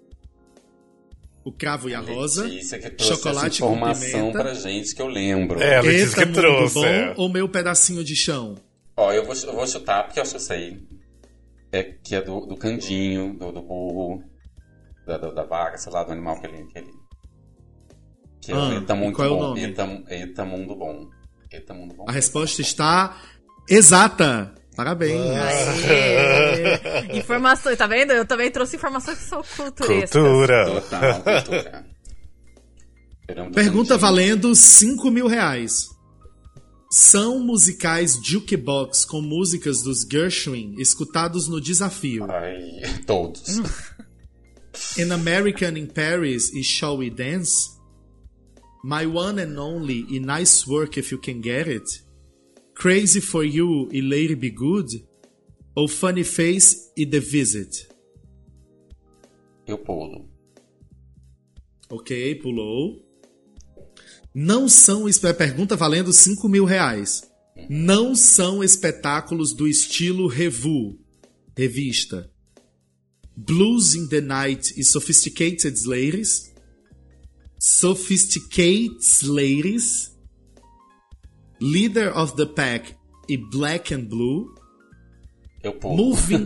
Speaker 1: O Cravo e a Rosa,
Speaker 4: Letícia que trouxe
Speaker 1: Chocolate
Speaker 4: essa
Speaker 1: com
Speaker 4: informação
Speaker 1: Pimenta,
Speaker 4: pra gente que eu lembro.
Speaker 2: É, a Letícia
Speaker 1: Eita
Speaker 2: que
Speaker 1: Mundo
Speaker 2: trouxe.
Speaker 1: Bom
Speaker 2: é.
Speaker 1: ou Meu Pedacinho de Chão?
Speaker 4: Ó, eu vou, eu vou chutar, porque eu acho que eu sei. É, que é do, do candinho, do, do burro, da, da, da vaca, sei lá, do animal que ele... Que, ele, que é
Speaker 1: Ah,
Speaker 4: o Eita Mundo
Speaker 1: qual é o
Speaker 4: Bom.
Speaker 1: nome?
Speaker 4: Eita, Eita Mundo Bom. Eita Mundo Bom.
Speaker 1: A resposta está exata. Parabéns.
Speaker 3: Aê. Informações, tá vendo? Eu também trouxe informações que são culturescas.
Speaker 2: Cultura.
Speaker 4: Total, cultura. Esperamos
Speaker 1: Pergunta
Speaker 4: do candinho.
Speaker 1: valendo cinco mil reais. São musicais jukebox com músicas dos Gershwin escutados no desafio.
Speaker 4: Ai, todos.
Speaker 1: An American in Paris e Shall We Dance? My One and Only e Nice Work If You Can Get It? Crazy For You e Lady Be Good? Ou Funny Face e The Visit?
Speaker 4: Eu pulo.
Speaker 1: Ok, pulou. Não são... espe- Pergunta valendo cinco mil reais. Não são espetáculos do estilo Revu, revista. Blues in the Night e Sophisticated Ladies? Sophisticated Ladies? Leader of the Pack e Black and Blue?
Speaker 4: Eu pulo.
Speaker 1: Moving...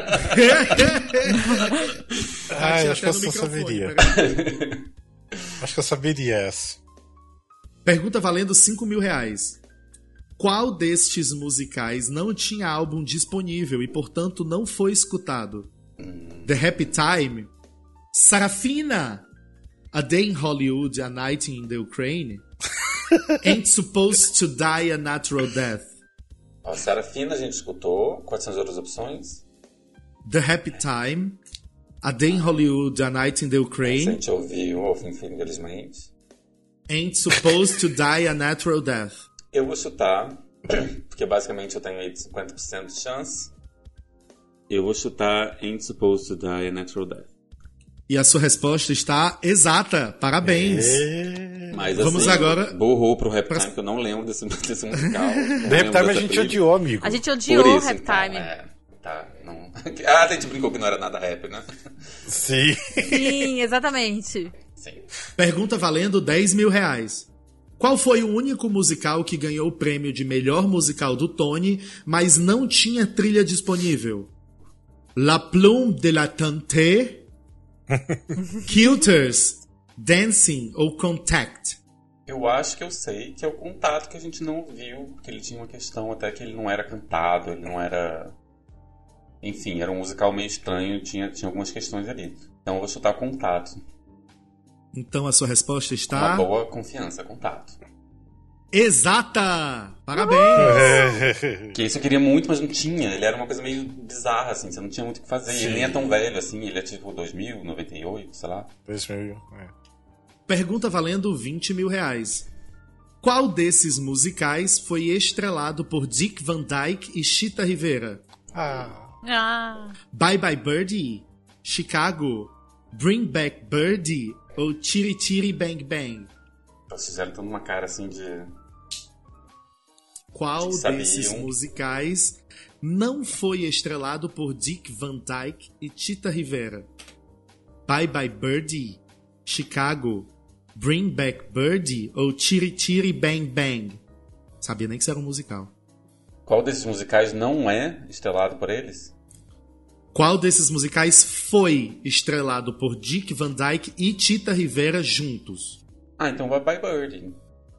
Speaker 2: Ah, eu acho que
Speaker 1: Até
Speaker 2: eu
Speaker 1: no
Speaker 2: só
Speaker 1: microfone,
Speaker 2: saberia.
Speaker 1: peraí.
Speaker 2: Acho que eu saberia essa.
Speaker 1: Pergunta valendo cinco mil reais. Qual destes musicais não tinha álbum disponível e, portanto, não foi escutado? The Happy Time? Sarafina? A Day in Hollywood, A Night in the Ukraine? Ain't Supposed to Die a Natural Death?
Speaker 4: Ó, Serafina a gente escutou. Quais são as outras opções?
Speaker 1: The Happy Time? A Day in Hollywood, A Night in the
Speaker 4: Se a
Speaker 1: Ukraine?
Speaker 4: gente ouviu, ouviu, infelizmente.
Speaker 1: Ain't Supposed to Die a Natural Death?
Speaker 4: Eu vou chutar, porque basicamente eu tenho aí cinquenta por cento de chance. Eu vou chutar Ain't Supposed to Die a Natural Death.
Speaker 1: E a sua resposta está exata. Parabéns.
Speaker 4: Mas,
Speaker 1: Vamos
Speaker 4: assim,
Speaker 1: agora-
Speaker 4: borrou pro Rap Time, que eu não lembro desse, desse musical.
Speaker 2: The Rap Time a gente odiou, amigo.
Speaker 3: A gente
Speaker 4: Por
Speaker 3: odiou o
Speaker 4: isso,
Speaker 3: Rap
Speaker 4: então,
Speaker 3: Time.
Speaker 4: é, tá, não... Ah, a gente brincou que não era nada rap, né?
Speaker 2: Sim.
Speaker 3: Sim, exatamente.
Speaker 4: Sim.
Speaker 1: Pergunta valendo dez mil reais. Qual foi o único musical que ganhou o prêmio de melhor musical do Tony, mas não tinha trilha disponível? La Plume de la Tante, Kilters, Dancing ou Contact?
Speaker 4: Eu acho que eu sei que é o Contato que a gente não ouviu, porque ele tinha uma questão até que ele não era cantado, ele não era... Enfim, era um musical meio estranho, tinha, tinha algumas questões ali. Então eu vou chutar Contato.
Speaker 1: Então a sua resposta
Speaker 4: Uma
Speaker 1: está
Speaker 4: boa confiança, Contato.
Speaker 1: exata! Parabéns!
Speaker 4: Que isso eu queria muito, mas não tinha. Ele era uma coisa meio bizarra, assim, você não tinha muito o que fazer. E ele nem é tão velho, assim, ele é tipo dois mil, noventa e oito, sei lá.
Speaker 2: dois mil, é.
Speaker 1: Pergunta valendo vinte mil reais. Qual desses musicais foi estrelado por Dick Van Dyke e Chita Rivera?
Speaker 2: Ah.
Speaker 3: Ah.
Speaker 1: Bye Bye Birdie, Chicago, Bring Back Birdie ou Tiri Tiri Bang Bang?
Speaker 4: Eles fizeram toda uma cara assim de...
Speaker 1: Qual
Speaker 4: Sabiam.
Speaker 1: desses musicais não foi estrelado por Dick Van Dyke e Chita Rivera? Bye Bye Birdie, Chicago, Bring Back Birdie ou Tiri Tiri Bang Bang? Sabia nem que isso era um musical.
Speaker 4: Qual desses musicais não é estrelado por eles?
Speaker 1: Qual desses musicais foi estrelado por Dick Van Dyke e Chita Rivera juntos?
Speaker 4: Ah, então Bye Bye Birdie.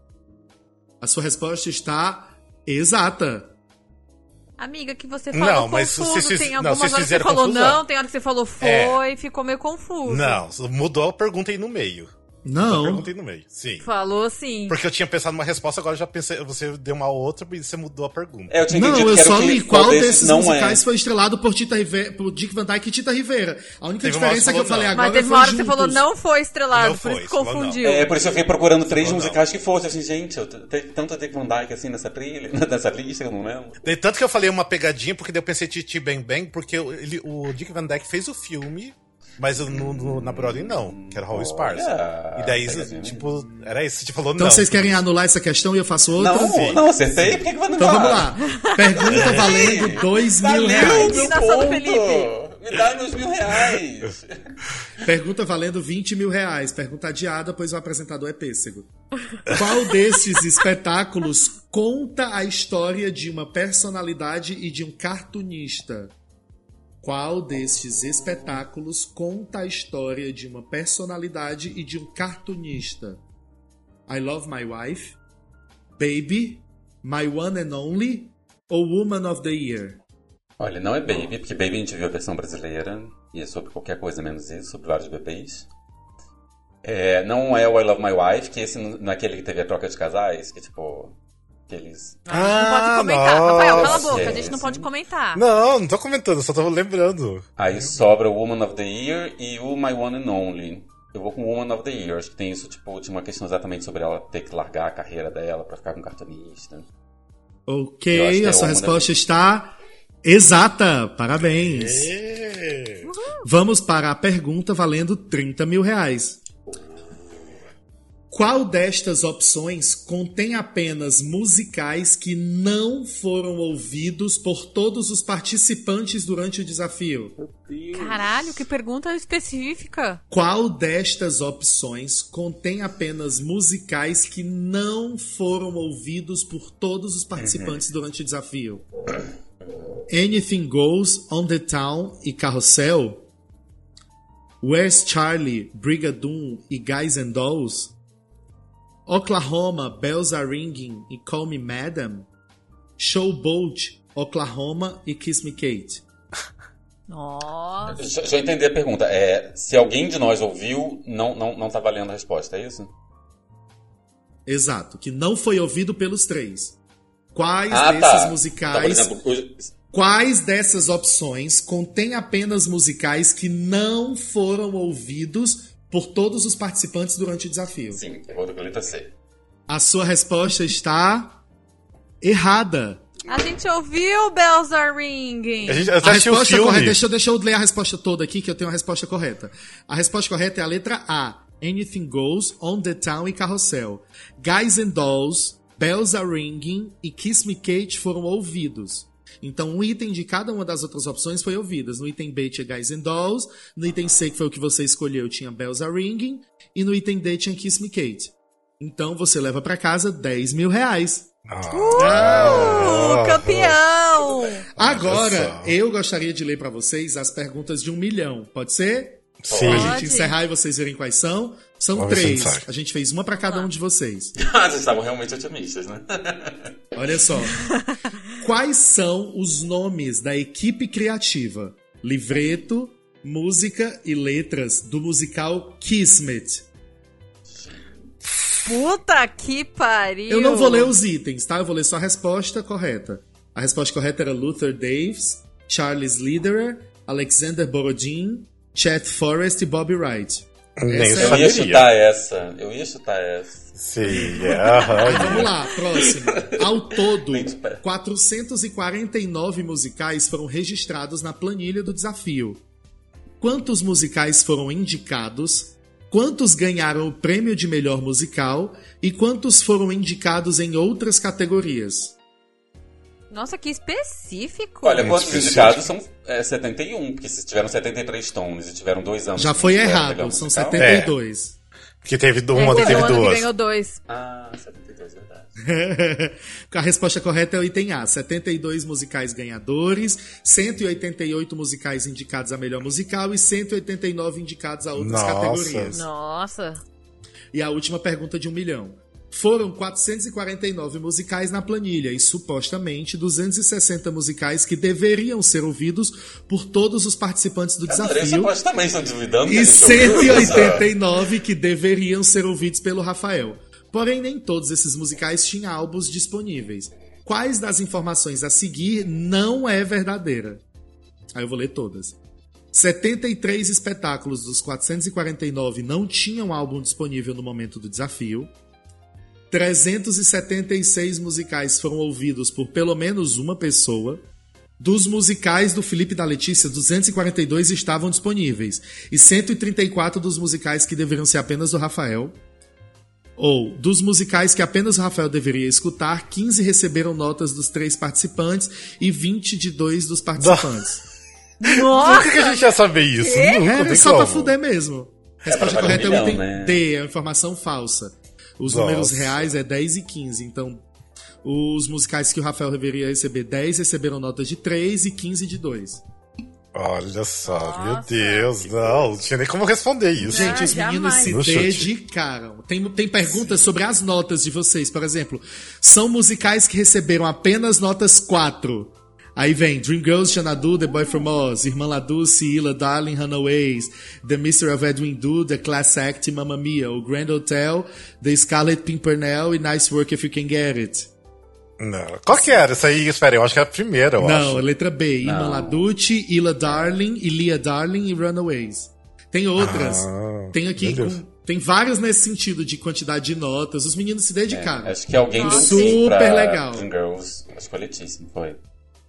Speaker 1: A sua resposta está exata.
Speaker 3: Amiga, que você falou
Speaker 2: Não, mas
Speaker 3: confuso,
Speaker 2: vocês fiz-
Speaker 3: tem
Speaker 2: não,
Speaker 3: algumas
Speaker 2: vocês
Speaker 3: horas que você
Speaker 2: fizeram
Speaker 3: falou
Speaker 2: confusão.
Speaker 3: não, tem hora que você falou foi,
Speaker 2: É.
Speaker 3: ficou meio confuso.
Speaker 2: Não, mudou a pergunta aí no meio. Eu
Speaker 1: Não.
Speaker 2: perguntei no meio, sim.
Speaker 3: Falou sim.
Speaker 2: Porque eu tinha pensado numa resposta, agora eu já pensei, você deu uma outra e você mudou a pergunta.
Speaker 4: É, eu tinha
Speaker 1: Não,
Speaker 4: entendido
Speaker 1: eu
Speaker 4: que era
Speaker 1: só
Speaker 4: que
Speaker 1: li qual desses
Speaker 4: não
Speaker 1: musicais
Speaker 4: é.
Speaker 1: foi estrelado por, Tita Rivera, por Dick Van Dyke e Tita Rivera. A única
Speaker 2: Teve uma hora
Speaker 1: diferença
Speaker 2: que
Speaker 1: que eu
Speaker 2: você
Speaker 1: falei
Speaker 2: falou
Speaker 1: agora
Speaker 3: Mas teve
Speaker 1: foi
Speaker 3: uma hora que você
Speaker 1: juntos.
Speaker 3: falou não foi estrelado,
Speaker 2: Não
Speaker 3: por
Speaker 2: foi,
Speaker 3: isso que
Speaker 2: você falou
Speaker 3: confundiu.
Speaker 4: É, por isso eu fiquei procurando três
Speaker 2: Não, não.
Speaker 4: musicais que fossem. Assim, gente, eu tenho tanto Dick Van Dyke assim nessa trilha, nessa lista, eu não lembro.
Speaker 2: Daí, tanto que eu falei uma pegadinha, porque daí eu pensei Titi Bang Bang, porque ele, o Dick Van Dyke fez o filme, mas no, no- na Broadway não, que era Raul Esparza.
Speaker 4: Olha,
Speaker 2: E daí,
Speaker 4: pegadinha.
Speaker 2: tipo, era isso, você falou
Speaker 1: Então
Speaker 2: não.
Speaker 1: vocês querem anular essa questão e eu faço outra?
Speaker 4: Não, não, acertei, por que que vai
Speaker 1: Então vamos lá. Pergunta valendo dois mil
Speaker 4: Valeu,
Speaker 1: reais.
Speaker 4: meu
Speaker 3: Indignação do
Speaker 4: ponto.
Speaker 3: Felipe.
Speaker 4: Me dá meus mil reais.
Speaker 1: Pergunta valendo vinte mil reais. Pergunta adiada, pois o apresentador é pêssego. Qual desses espetáculos conta a história de uma personalidade e de um cartunista? Qual destes espetáculos conta a história de uma personalidade e de um cartunista? I Love My Wife, Baby, My One and Only ou Woman of the Year?
Speaker 4: Olha, não é Baby, porque Baby a gente viu a versão brasileira e é sobre qualquer coisa menos isso, sobre vários bebês. É, não é o I Love My Wife, que esse não é aquele que teve a troca de casais, que tipo... Aqueles...
Speaker 3: A gente não pode comentar.
Speaker 2: nossa.
Speaker 3: Rafael, cala a boca, a gente
Speaker 4: Sim.
Speaker 3: não pode comentar.
Speaker 2: Não, não tô comentando, só tô lembrando.
Speaker 4: Aí sobra o Woman of the Year e o My One and Only. Eu vou com o Woman of the Year, acho que tem isso, tipo, tinha uma questão exatamente sobre ela ter que largar a carreira dela pra ficar com cartunista. Eu acho
Speaker 1: Ok,
Speaker 4: que é
Speaker 1: a sua
Speaker 4: Woman
Speaker 1: resposta
Speaker 4: of
Speaker 1: está exata. Parabéns.
Speaker 2: É.
Speaker 1: Vamos para a pergunta valendo trinta mil reais. Qual destas opções contém apenas musicais que não foram ouvidos por todos os participantes durante o desafio?
Speaker 3: Caralho, que pergunta específica.
Speaker 1: Qual destas opções contém apenas musicais que não foram ouvidos por todos os participantes durante o desafio? Anything Goes, On the Town e Carrossel? Where's Charlie, Brigadoon e Guys and Dolls? Oklahoma, Bells Are Ringing e Call Me Madam? Showboat, Oklahoma e Kiss Me Kate?
Speaker 3: Nossa.
Speaker 4: Deixa, deixa eu entender a pergunta. É, se alguém de nós ouviu, não, não, não tá valendo a resposta, é isso?
Speaker 1: Exato, que não foi ouvido pelos três. Quais
Speaker 4: Ah,
Speaker 1: desses
Speaker 4: tá.
Speaker 1: musicais...
Speaker 4: Então, por exemplo, o-
Speaker 1: Quais dessas opções contém apenas musicais que não foram ouvidos por todos os participantes durante o desafio?
Speaker 4: sim, eu vou do letra C.
Speaker 1: A sua resposta está errada.
Speaker 3: A gente ouviu Bells Are Ringing.
Speaker 2: A gente
Speaker 1: A
Speaker 2: até assistiu o
Speaker 1: resposta
Speaker 2: filme.
Speaker 1: correta, deixa, eu- deixa eu ler a resposta toda aqui, que eu tenho a resposta correta. A resposta correta é a letra A. Anything Goes, On the Town e Carrossel. Guys and Dolls, Bells Are Ringing e Kiss Me Kate foram ouvidos. Então, um item de cada uma das outras opções foi ouvidas. No item B tinha Guys and Dolls, no item C, que foi o que você escolheu, tinha Bells Are Ringing, e no item D tinha Kiss Me Kate. Então, você leva pra casa dez mil reais.
Speaker 3: Uh, campeão!
Speaker 1: Agora,
Speaker 2: só.
Speaker 1: eu gostaria de ler pra vocês as perguntas de um milhão. Pode ser?
Speaker 2: Sim.
Speaker 1: Pra
Speaker 3: Pode.
Speaker 1: gente encerrar e vocês verem quais são. São
Speaker 2: Vamos ver se
Speaker 1: três.
Speaker 2: sai.
Speaker 1: A gente fez uma pra cada um de vocês.
Speaker 4: Ah, vocês estavam realmente otimistas, né?
Speaker 1: Olha só. Quais são os nomes da equipe criativa, livreto, música e letras do musical Kismet?
Speaker 3: Puta que pariu.
Speaker 1: Eu não vou ler os itens, tá? Eu vou ler só a resposta correta. A resposta correta era Luther Davis, Charles Lederer, Alexander Borodin, Chet Forrest e Bobby Wright.
Speaker 2: Nem
Speaker 1: Essa é
Speaker 4: Eu
Speaker 1: a-
Speaker 4: ia
Speaker 2: saberia.
Speaker 4: chutar essa. Eu ia chutar essa.
Speaker 2: Sim, é.
Speaker 1: Vamos lá, próximo. Ao todo, quatrocentos e quarenta e nove musicais foram registrados na planilha do desafio. Quantos musicais foram indicados? Quantos ganharam o prêmio de melhor musical? E quantos foram indicados em outras categorias?
Speaker 3: Nossa, que específico.
Speaker 4: Olha, quantos indicados são é, setenta e um, porque se tiveram setenta e três Tones e tiveram dois anos...
Speaker 1: Já foi errado, são setenta e dois.
Speaker 2: É. Porque teve uma,
Speaker 3: é,
Speaker 2: teve
Speaker 3: um
Speaker 2: duas.
Speaker 3: Que ganhou dois.
Speaker 4: Ah, setenta e dois, verdade.
Speaker 1: A resposta correta é o item A. setenta e dois musicais ganhadores, cento e oitenta e oito musicais indicados a melhor musical e cento e oitenta e nove indicados a outras
Speaker 2: Nossa.
Speaker 1: categorias.
Speaker 3: Nossa.
Speaker 1: E a última pergunta de um milhão. Foram quatrocentos e quarenta e nove musicais na planilha e, supostamente, duzentos e sessenta musicais que deveriam ser ouvidos por todos os participantes do desafio.
Speaker 4: Supostamente, estão duvidando.
Speaker 1: E cento e oitenta e nove que deveriam ser ouvidos pelo Rafael. Porém, nem todos esses musicais tinham álbuns disponíveis. Quais das informações a seguir não é verdadeira? Aí eu vou ler todas. setenta e três espetáculos dos quatrocentos e quarenta e nove não tinham álbum disponível no momento do desafio. trezentos e setenta e seis musicais foram ouvidos por pelo menos uma pessoa. Dos musicais do Felipe e da Letícia, duzentos e quarenta e dois estavam disponíveis. E cento e trinta e quatro dos musicais que deveriam ser apenas do Rafael. Ou, dos musicais que apenas o Rafael deveria escutar, quinze receberam notas dos três participantes e vinte de dois dos participantes.
Speaker 3: Nossa!
Speaker 2: Por que a gente ia saber isso? Nunca,
Speaker 1: É,
Speaker 2: tem
Speaker 1: só
Speaker 2: como.
Speaker 1: pra fuder mesmo. A resposta
Speaker 4: É
Speaker 1: correta é o
Speaker 4: milhão,
Speaker 1: item
Speaker 4: né?
Speaker 1: D, é uma informação falsa. Os
Speaker 2: Nossa.
Speaker 1: números reais é dez e quinze, então os musicais que o Rafael deveria receber dez receberam notas de três e quinze de dois.
Speaker 2: Olha só,
Speaker 3: Nossa.
Speaker 2: meu Deus, não, não tinha nem como responder isso.
Speaker 1: Gente,
Speaker 3: Ah,
Speaker 1: os meninos
Speaker 3: jamais.
Speaker 1: se
Speaker 2: No chute.
Speaker 1: dedicaram. Tem, tem perguntas sobre as notas de vocês, por exemplo. São musicais que receberam apenas notas quatro. Aí vem Dreamgirls, Xanadu, The Boy From Oz, Irmã Laduce, Ila Darling, Runaways, The Mystery of Edwin Doo, The Class Act, Mamma Mia, O Grand Hotel, The Scarlet Pimpernel e Nice Work If You Can Get It.
Speaker 2: Não. Qual que era? Isso aí, espera, eu acho que era a primeira, eu
Speaker 1: Não,
Speaker 2: acho.
Speaker 1: a letra B. Irmã Laduce, Ila Darling, Ilia Darling e Runaways. Tem outras.
Speaker 2: Ah,
Speaker 1: tem aqui,
Speaker 2: meu Deus.
Speaker 1: com, tem várias nesse sentido de quantidade de notas. Os meninos se dedicaram.
Speaker 4: Acho que alguém deu um
Speaker 1: Super
Speaker 4: sim pra
Speaker 1: legal.
Speaker 4: Dreamgirls. Acho que foi Letícia, não foi?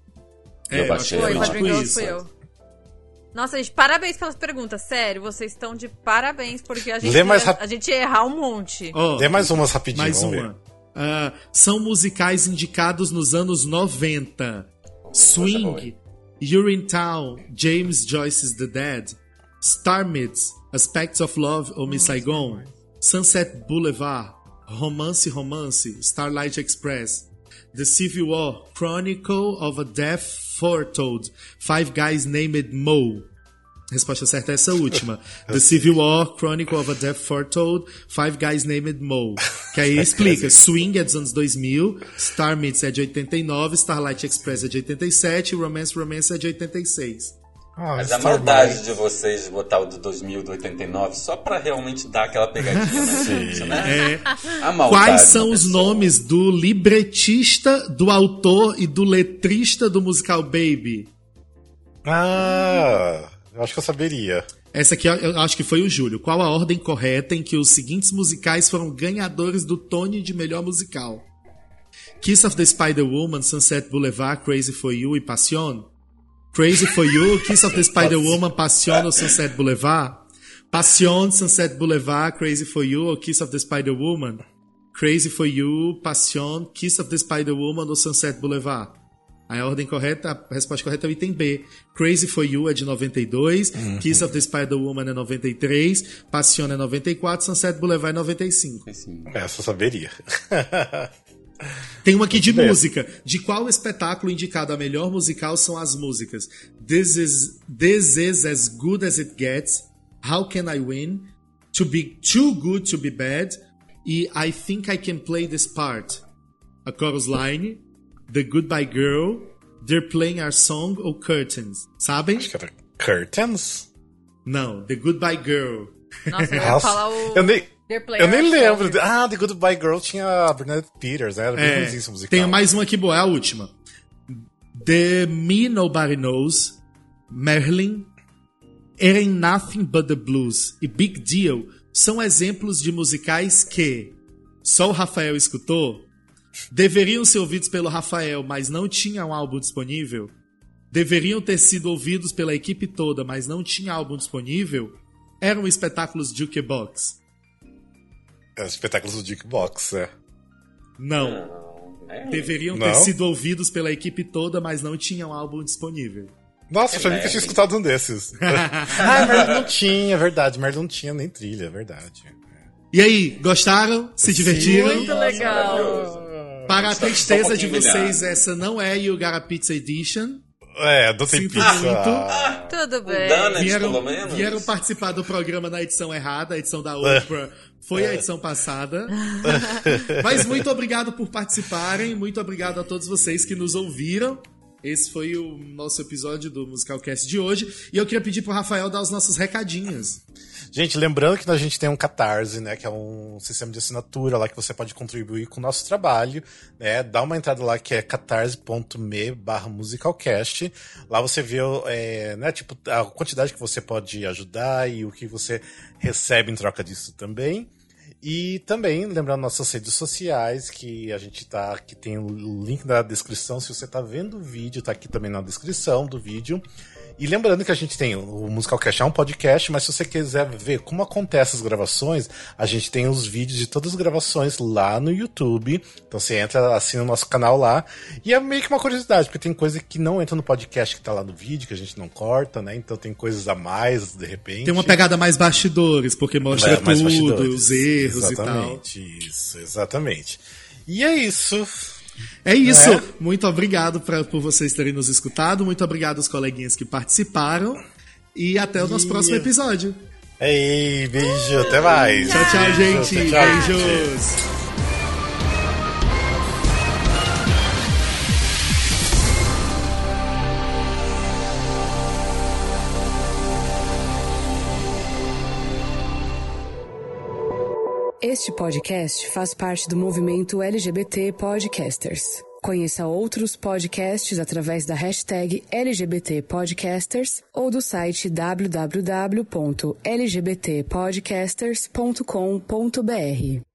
Speaker 1: É,
Speaker 4: eu baixei
Speaker 1: acho que
Speaker 3: Foi,
Speaker 4: lá.
Speaker 1: tipo
Speaker 3: Quadrinhos
Speaker 1: isso.
Speaker 3: fui eu. Nossa, gente, parabéns pelas perguntas. Sério, vocês estão de parabéns, porque a gente,
Speaker 2: Lê mais
Speaker 3: ia,
Speaker 2: rap-
Speaker 3: a gente ia errar um monte.
Speaker 1: Ó,
Speaker 2: Tem mais umas rapidinho,
Speaker 1: mais
Speaker 2: vamos
Speaker 1: uma.
Speaker 2: ver.
Speaker 1: Ah, são musicais indicados nos anos noventa. Swing, Urinetown, James Joyce's The Dead, Star Mids, Aspects of Love ou Miss Saigon, Sunset Boulevard, Romance Romance, Starlight Express, The Civil War, Chronicle of a Death Foretold, Five Guys Named Mo. A resposta certa é essa última. The Civil War, Chronicle of a Death Foretold, Five Guys Named Mo. Que aí explica. Swing é dos anos dois mil, Star Mids é de oitenta e nove, Starlight Express é de oitenta e sete, Romance Romance é de oitenta e seis.
Speaker 2: Ah,
Speaker 4: Mas a
Speaker 2: Star
Speaker 4: maldade
Speaker 2: Mids.
Speaker 4: de vocês de botar o do dois mil, do oitenta e nove, só pra realmente dar aquela pegadinha na gente, né?
Speaker 1: É.
Speaker 4: A maldade
Speaker 1: Quais
Speaker 4: da
Speaker 1: são os
Speaker 4: pessoa.
Speaker 1: nomes do libretista, do autor e do letrista do musical Baby?
Speaker 2: Ah, eu acho que eu saberia.
Speaker 1: Essa aqui eu acho que foi o Júlio. Qual a ordem correta em que os seguintes musicais foram ganhadores do Tony de melhor musical? Kiss of the Spider-Woman, Sunset Boulevard, Crazy for You e Passion? Crazy for You, Kiss of the Spider-Woman, Passion ou Sunset Boulevard? Passion, Sunset Boulevard, Crazy for You ou Kiss of the Spider-Woman? Crazy for You, Passion, Kiss of the Spider-Woman ou Sunset Boulevard? A ordem correta, a resposta correta é o item B. Crazy for You é de noventa e dois,
Speaker 2: Uhum.
Speaker 1: Kiss of the Spider-Woman é noventa e três, Passion é noventa e quatro, Sunset Boulevard é noventa e cinco.
Speaker 4: Assim,
Speaker 2: Essa eu saberia.
Speaker 1: Tem uma aqui de
Speaker 2: Muito bem.
Speaker 1: música. De qual espetáculo indicado a melhor musical são as músicas This is, This is As Good As It Gets, How Can I Win, To Be Too Good To Be Bad e I Think I Can Play This Part? A Chorus Line, The Goodbye Girl, They're Playing Our Song ou Curtains? Sabem?
Speaker 2: Acho que era Curtains?
Speaker 1: Não, The Goodbye Girl.
Speaker 3: Nossa, eu ia
Speaker 2: Nossa,
Speaker 3: falar o...
Speaker 2: eu nem,
Speaker 3: They're Playing
Speaker 2: eu nem
Speaker 3: Our
Speaker 2: lembro.
Speaker 3: Song.
Speaker 2: Ah, The Goodbye Girl tinha a Bernadette Peters, né? Era bem
Speaker 1: É,
Speaker 2: ruimzinho esse musical.
Speaker 1: tem mais uma aqui boa, é a última. The Me Nobody Knows, Marilyn, It Ain't Nothing But The Blues e Big Deal são exemplos de musicais que Só o Rafael escutou? Deveriam ser ouvidos pelo Rafael, mas não tinha um álbum disponível? Deveriam ter sido ouvidos pela equipe toda, mas não tinha álbum disponível? Eram espetáculos jukebox?
Speaker 2: Eram espetáculos do jukebox, é.
Speaker 1: Não.
Speaker 4: Não, é.
Speaker 1: Deveriam
Speaker 2: Não?
Speaker 1: ter sido ouvidos pela equipe toda, mas não tinha um álbum disponível.
Speaker 2: Nossa, eu sabia que eu tinha escutado um desses. Ah, Merda não tinha, é verdade. Merda não tinha nem trilha, é verdade.
Speaker 1: E aí, gostaram? Se divertiram?
Speaker 3: Muito legal.
Speaker 1: Para a
Speaker 4: Só-
Speaker 1: tristeza
Speaker 4: só um
Speaker 1: de
Speaker 4: pouquinho
Speaker 1: vocês,
Speaker 4: melhor.
Speaker 1: essa não é You Got a Pizza Edition.
Speaker 2: É, não tem
Speaker 1: Sinto
Speaker 2: pizza.
Speaker 1: muito.
Speaker 3: Tudo
Speaker 4: O
Speaker 3: bem.
Speaker 4: Dana,
Speaker 1: Vieram,
Speaker 4: pelo menos.
Speaker 1: vieram participar do programa na edição errada, a edição da Oprah foi a edição passada. Mas muito obrigado por participarem, muito obrigado a todos vocês que nos ouviram. Esse foi o nosso episódio do Musicalcast de hoje. E eu queria pedir pro Rafael dar os nossos recadinhos.
Speaker 2: Gente, lembrando que a gente tem um Catarse, né, que é um sistema de assinatura lá que você pode contribuir com o nosso trabalho, né, dá uma entrada lá que é catarse.me barra musicalcast, lá você vê, é, né, tipo, a quantidade que você pode ajudar e o que você recebe em troca disso também. E também, lembrando nossas redes sociais, que a gente tá, que tem o link na descrição, se você tá vendo o vídeo, tá aqui também na descrição do vídeo. E lembrando que a gente tem o Musicalcast é um podcast, mas se você quiser ver como acontecem as gravações, a gente tem os vídeos de todas as gravações lá no YouTube. Então você entra, assina o nosso canal lá. E é meio que uma curiosidade, porque tem coisa que não entra no podcast que tá lá no vídeo, que a gente não corta, né? Então tem coisas a mais, de repente.
Speaker 1: Tem uma pegada mais bastidores, porque mostra
Speaker 2: É, mais
Speaker 1: tudo,
Speaker 2: bastidores.
Speaker 1: os erros
Speaker 2: Exatamente,
Speaker 1: e tal.
Speaker 2: isso, exatamente. E é isso.
Speaker 1: É isso.
Speaker 2: É.
Speaker 1: Muito obrigado pra, por vocês terem nos escutado. Muito obrigado aos coleguinhas que participaram. E até o nosso
Speaker 2: E-
Speaker 1: próximo episódio.
Speaker 2: Ei, beijo, até mais.
Speaker 1: Tchau, tchau,
Speaker 2: Beijo,
Speaker 1: gente.
Speaker 2: tchau, tchau.
Speaker 1: Beijos.
Speaker 5: Este podcast faz parte do movimento L G B T Podcasters. Conheça outros podcasts através da hashtag L G B T Podcasters ou do site w w w ponto l g b t podcasters ponto com ponto b r.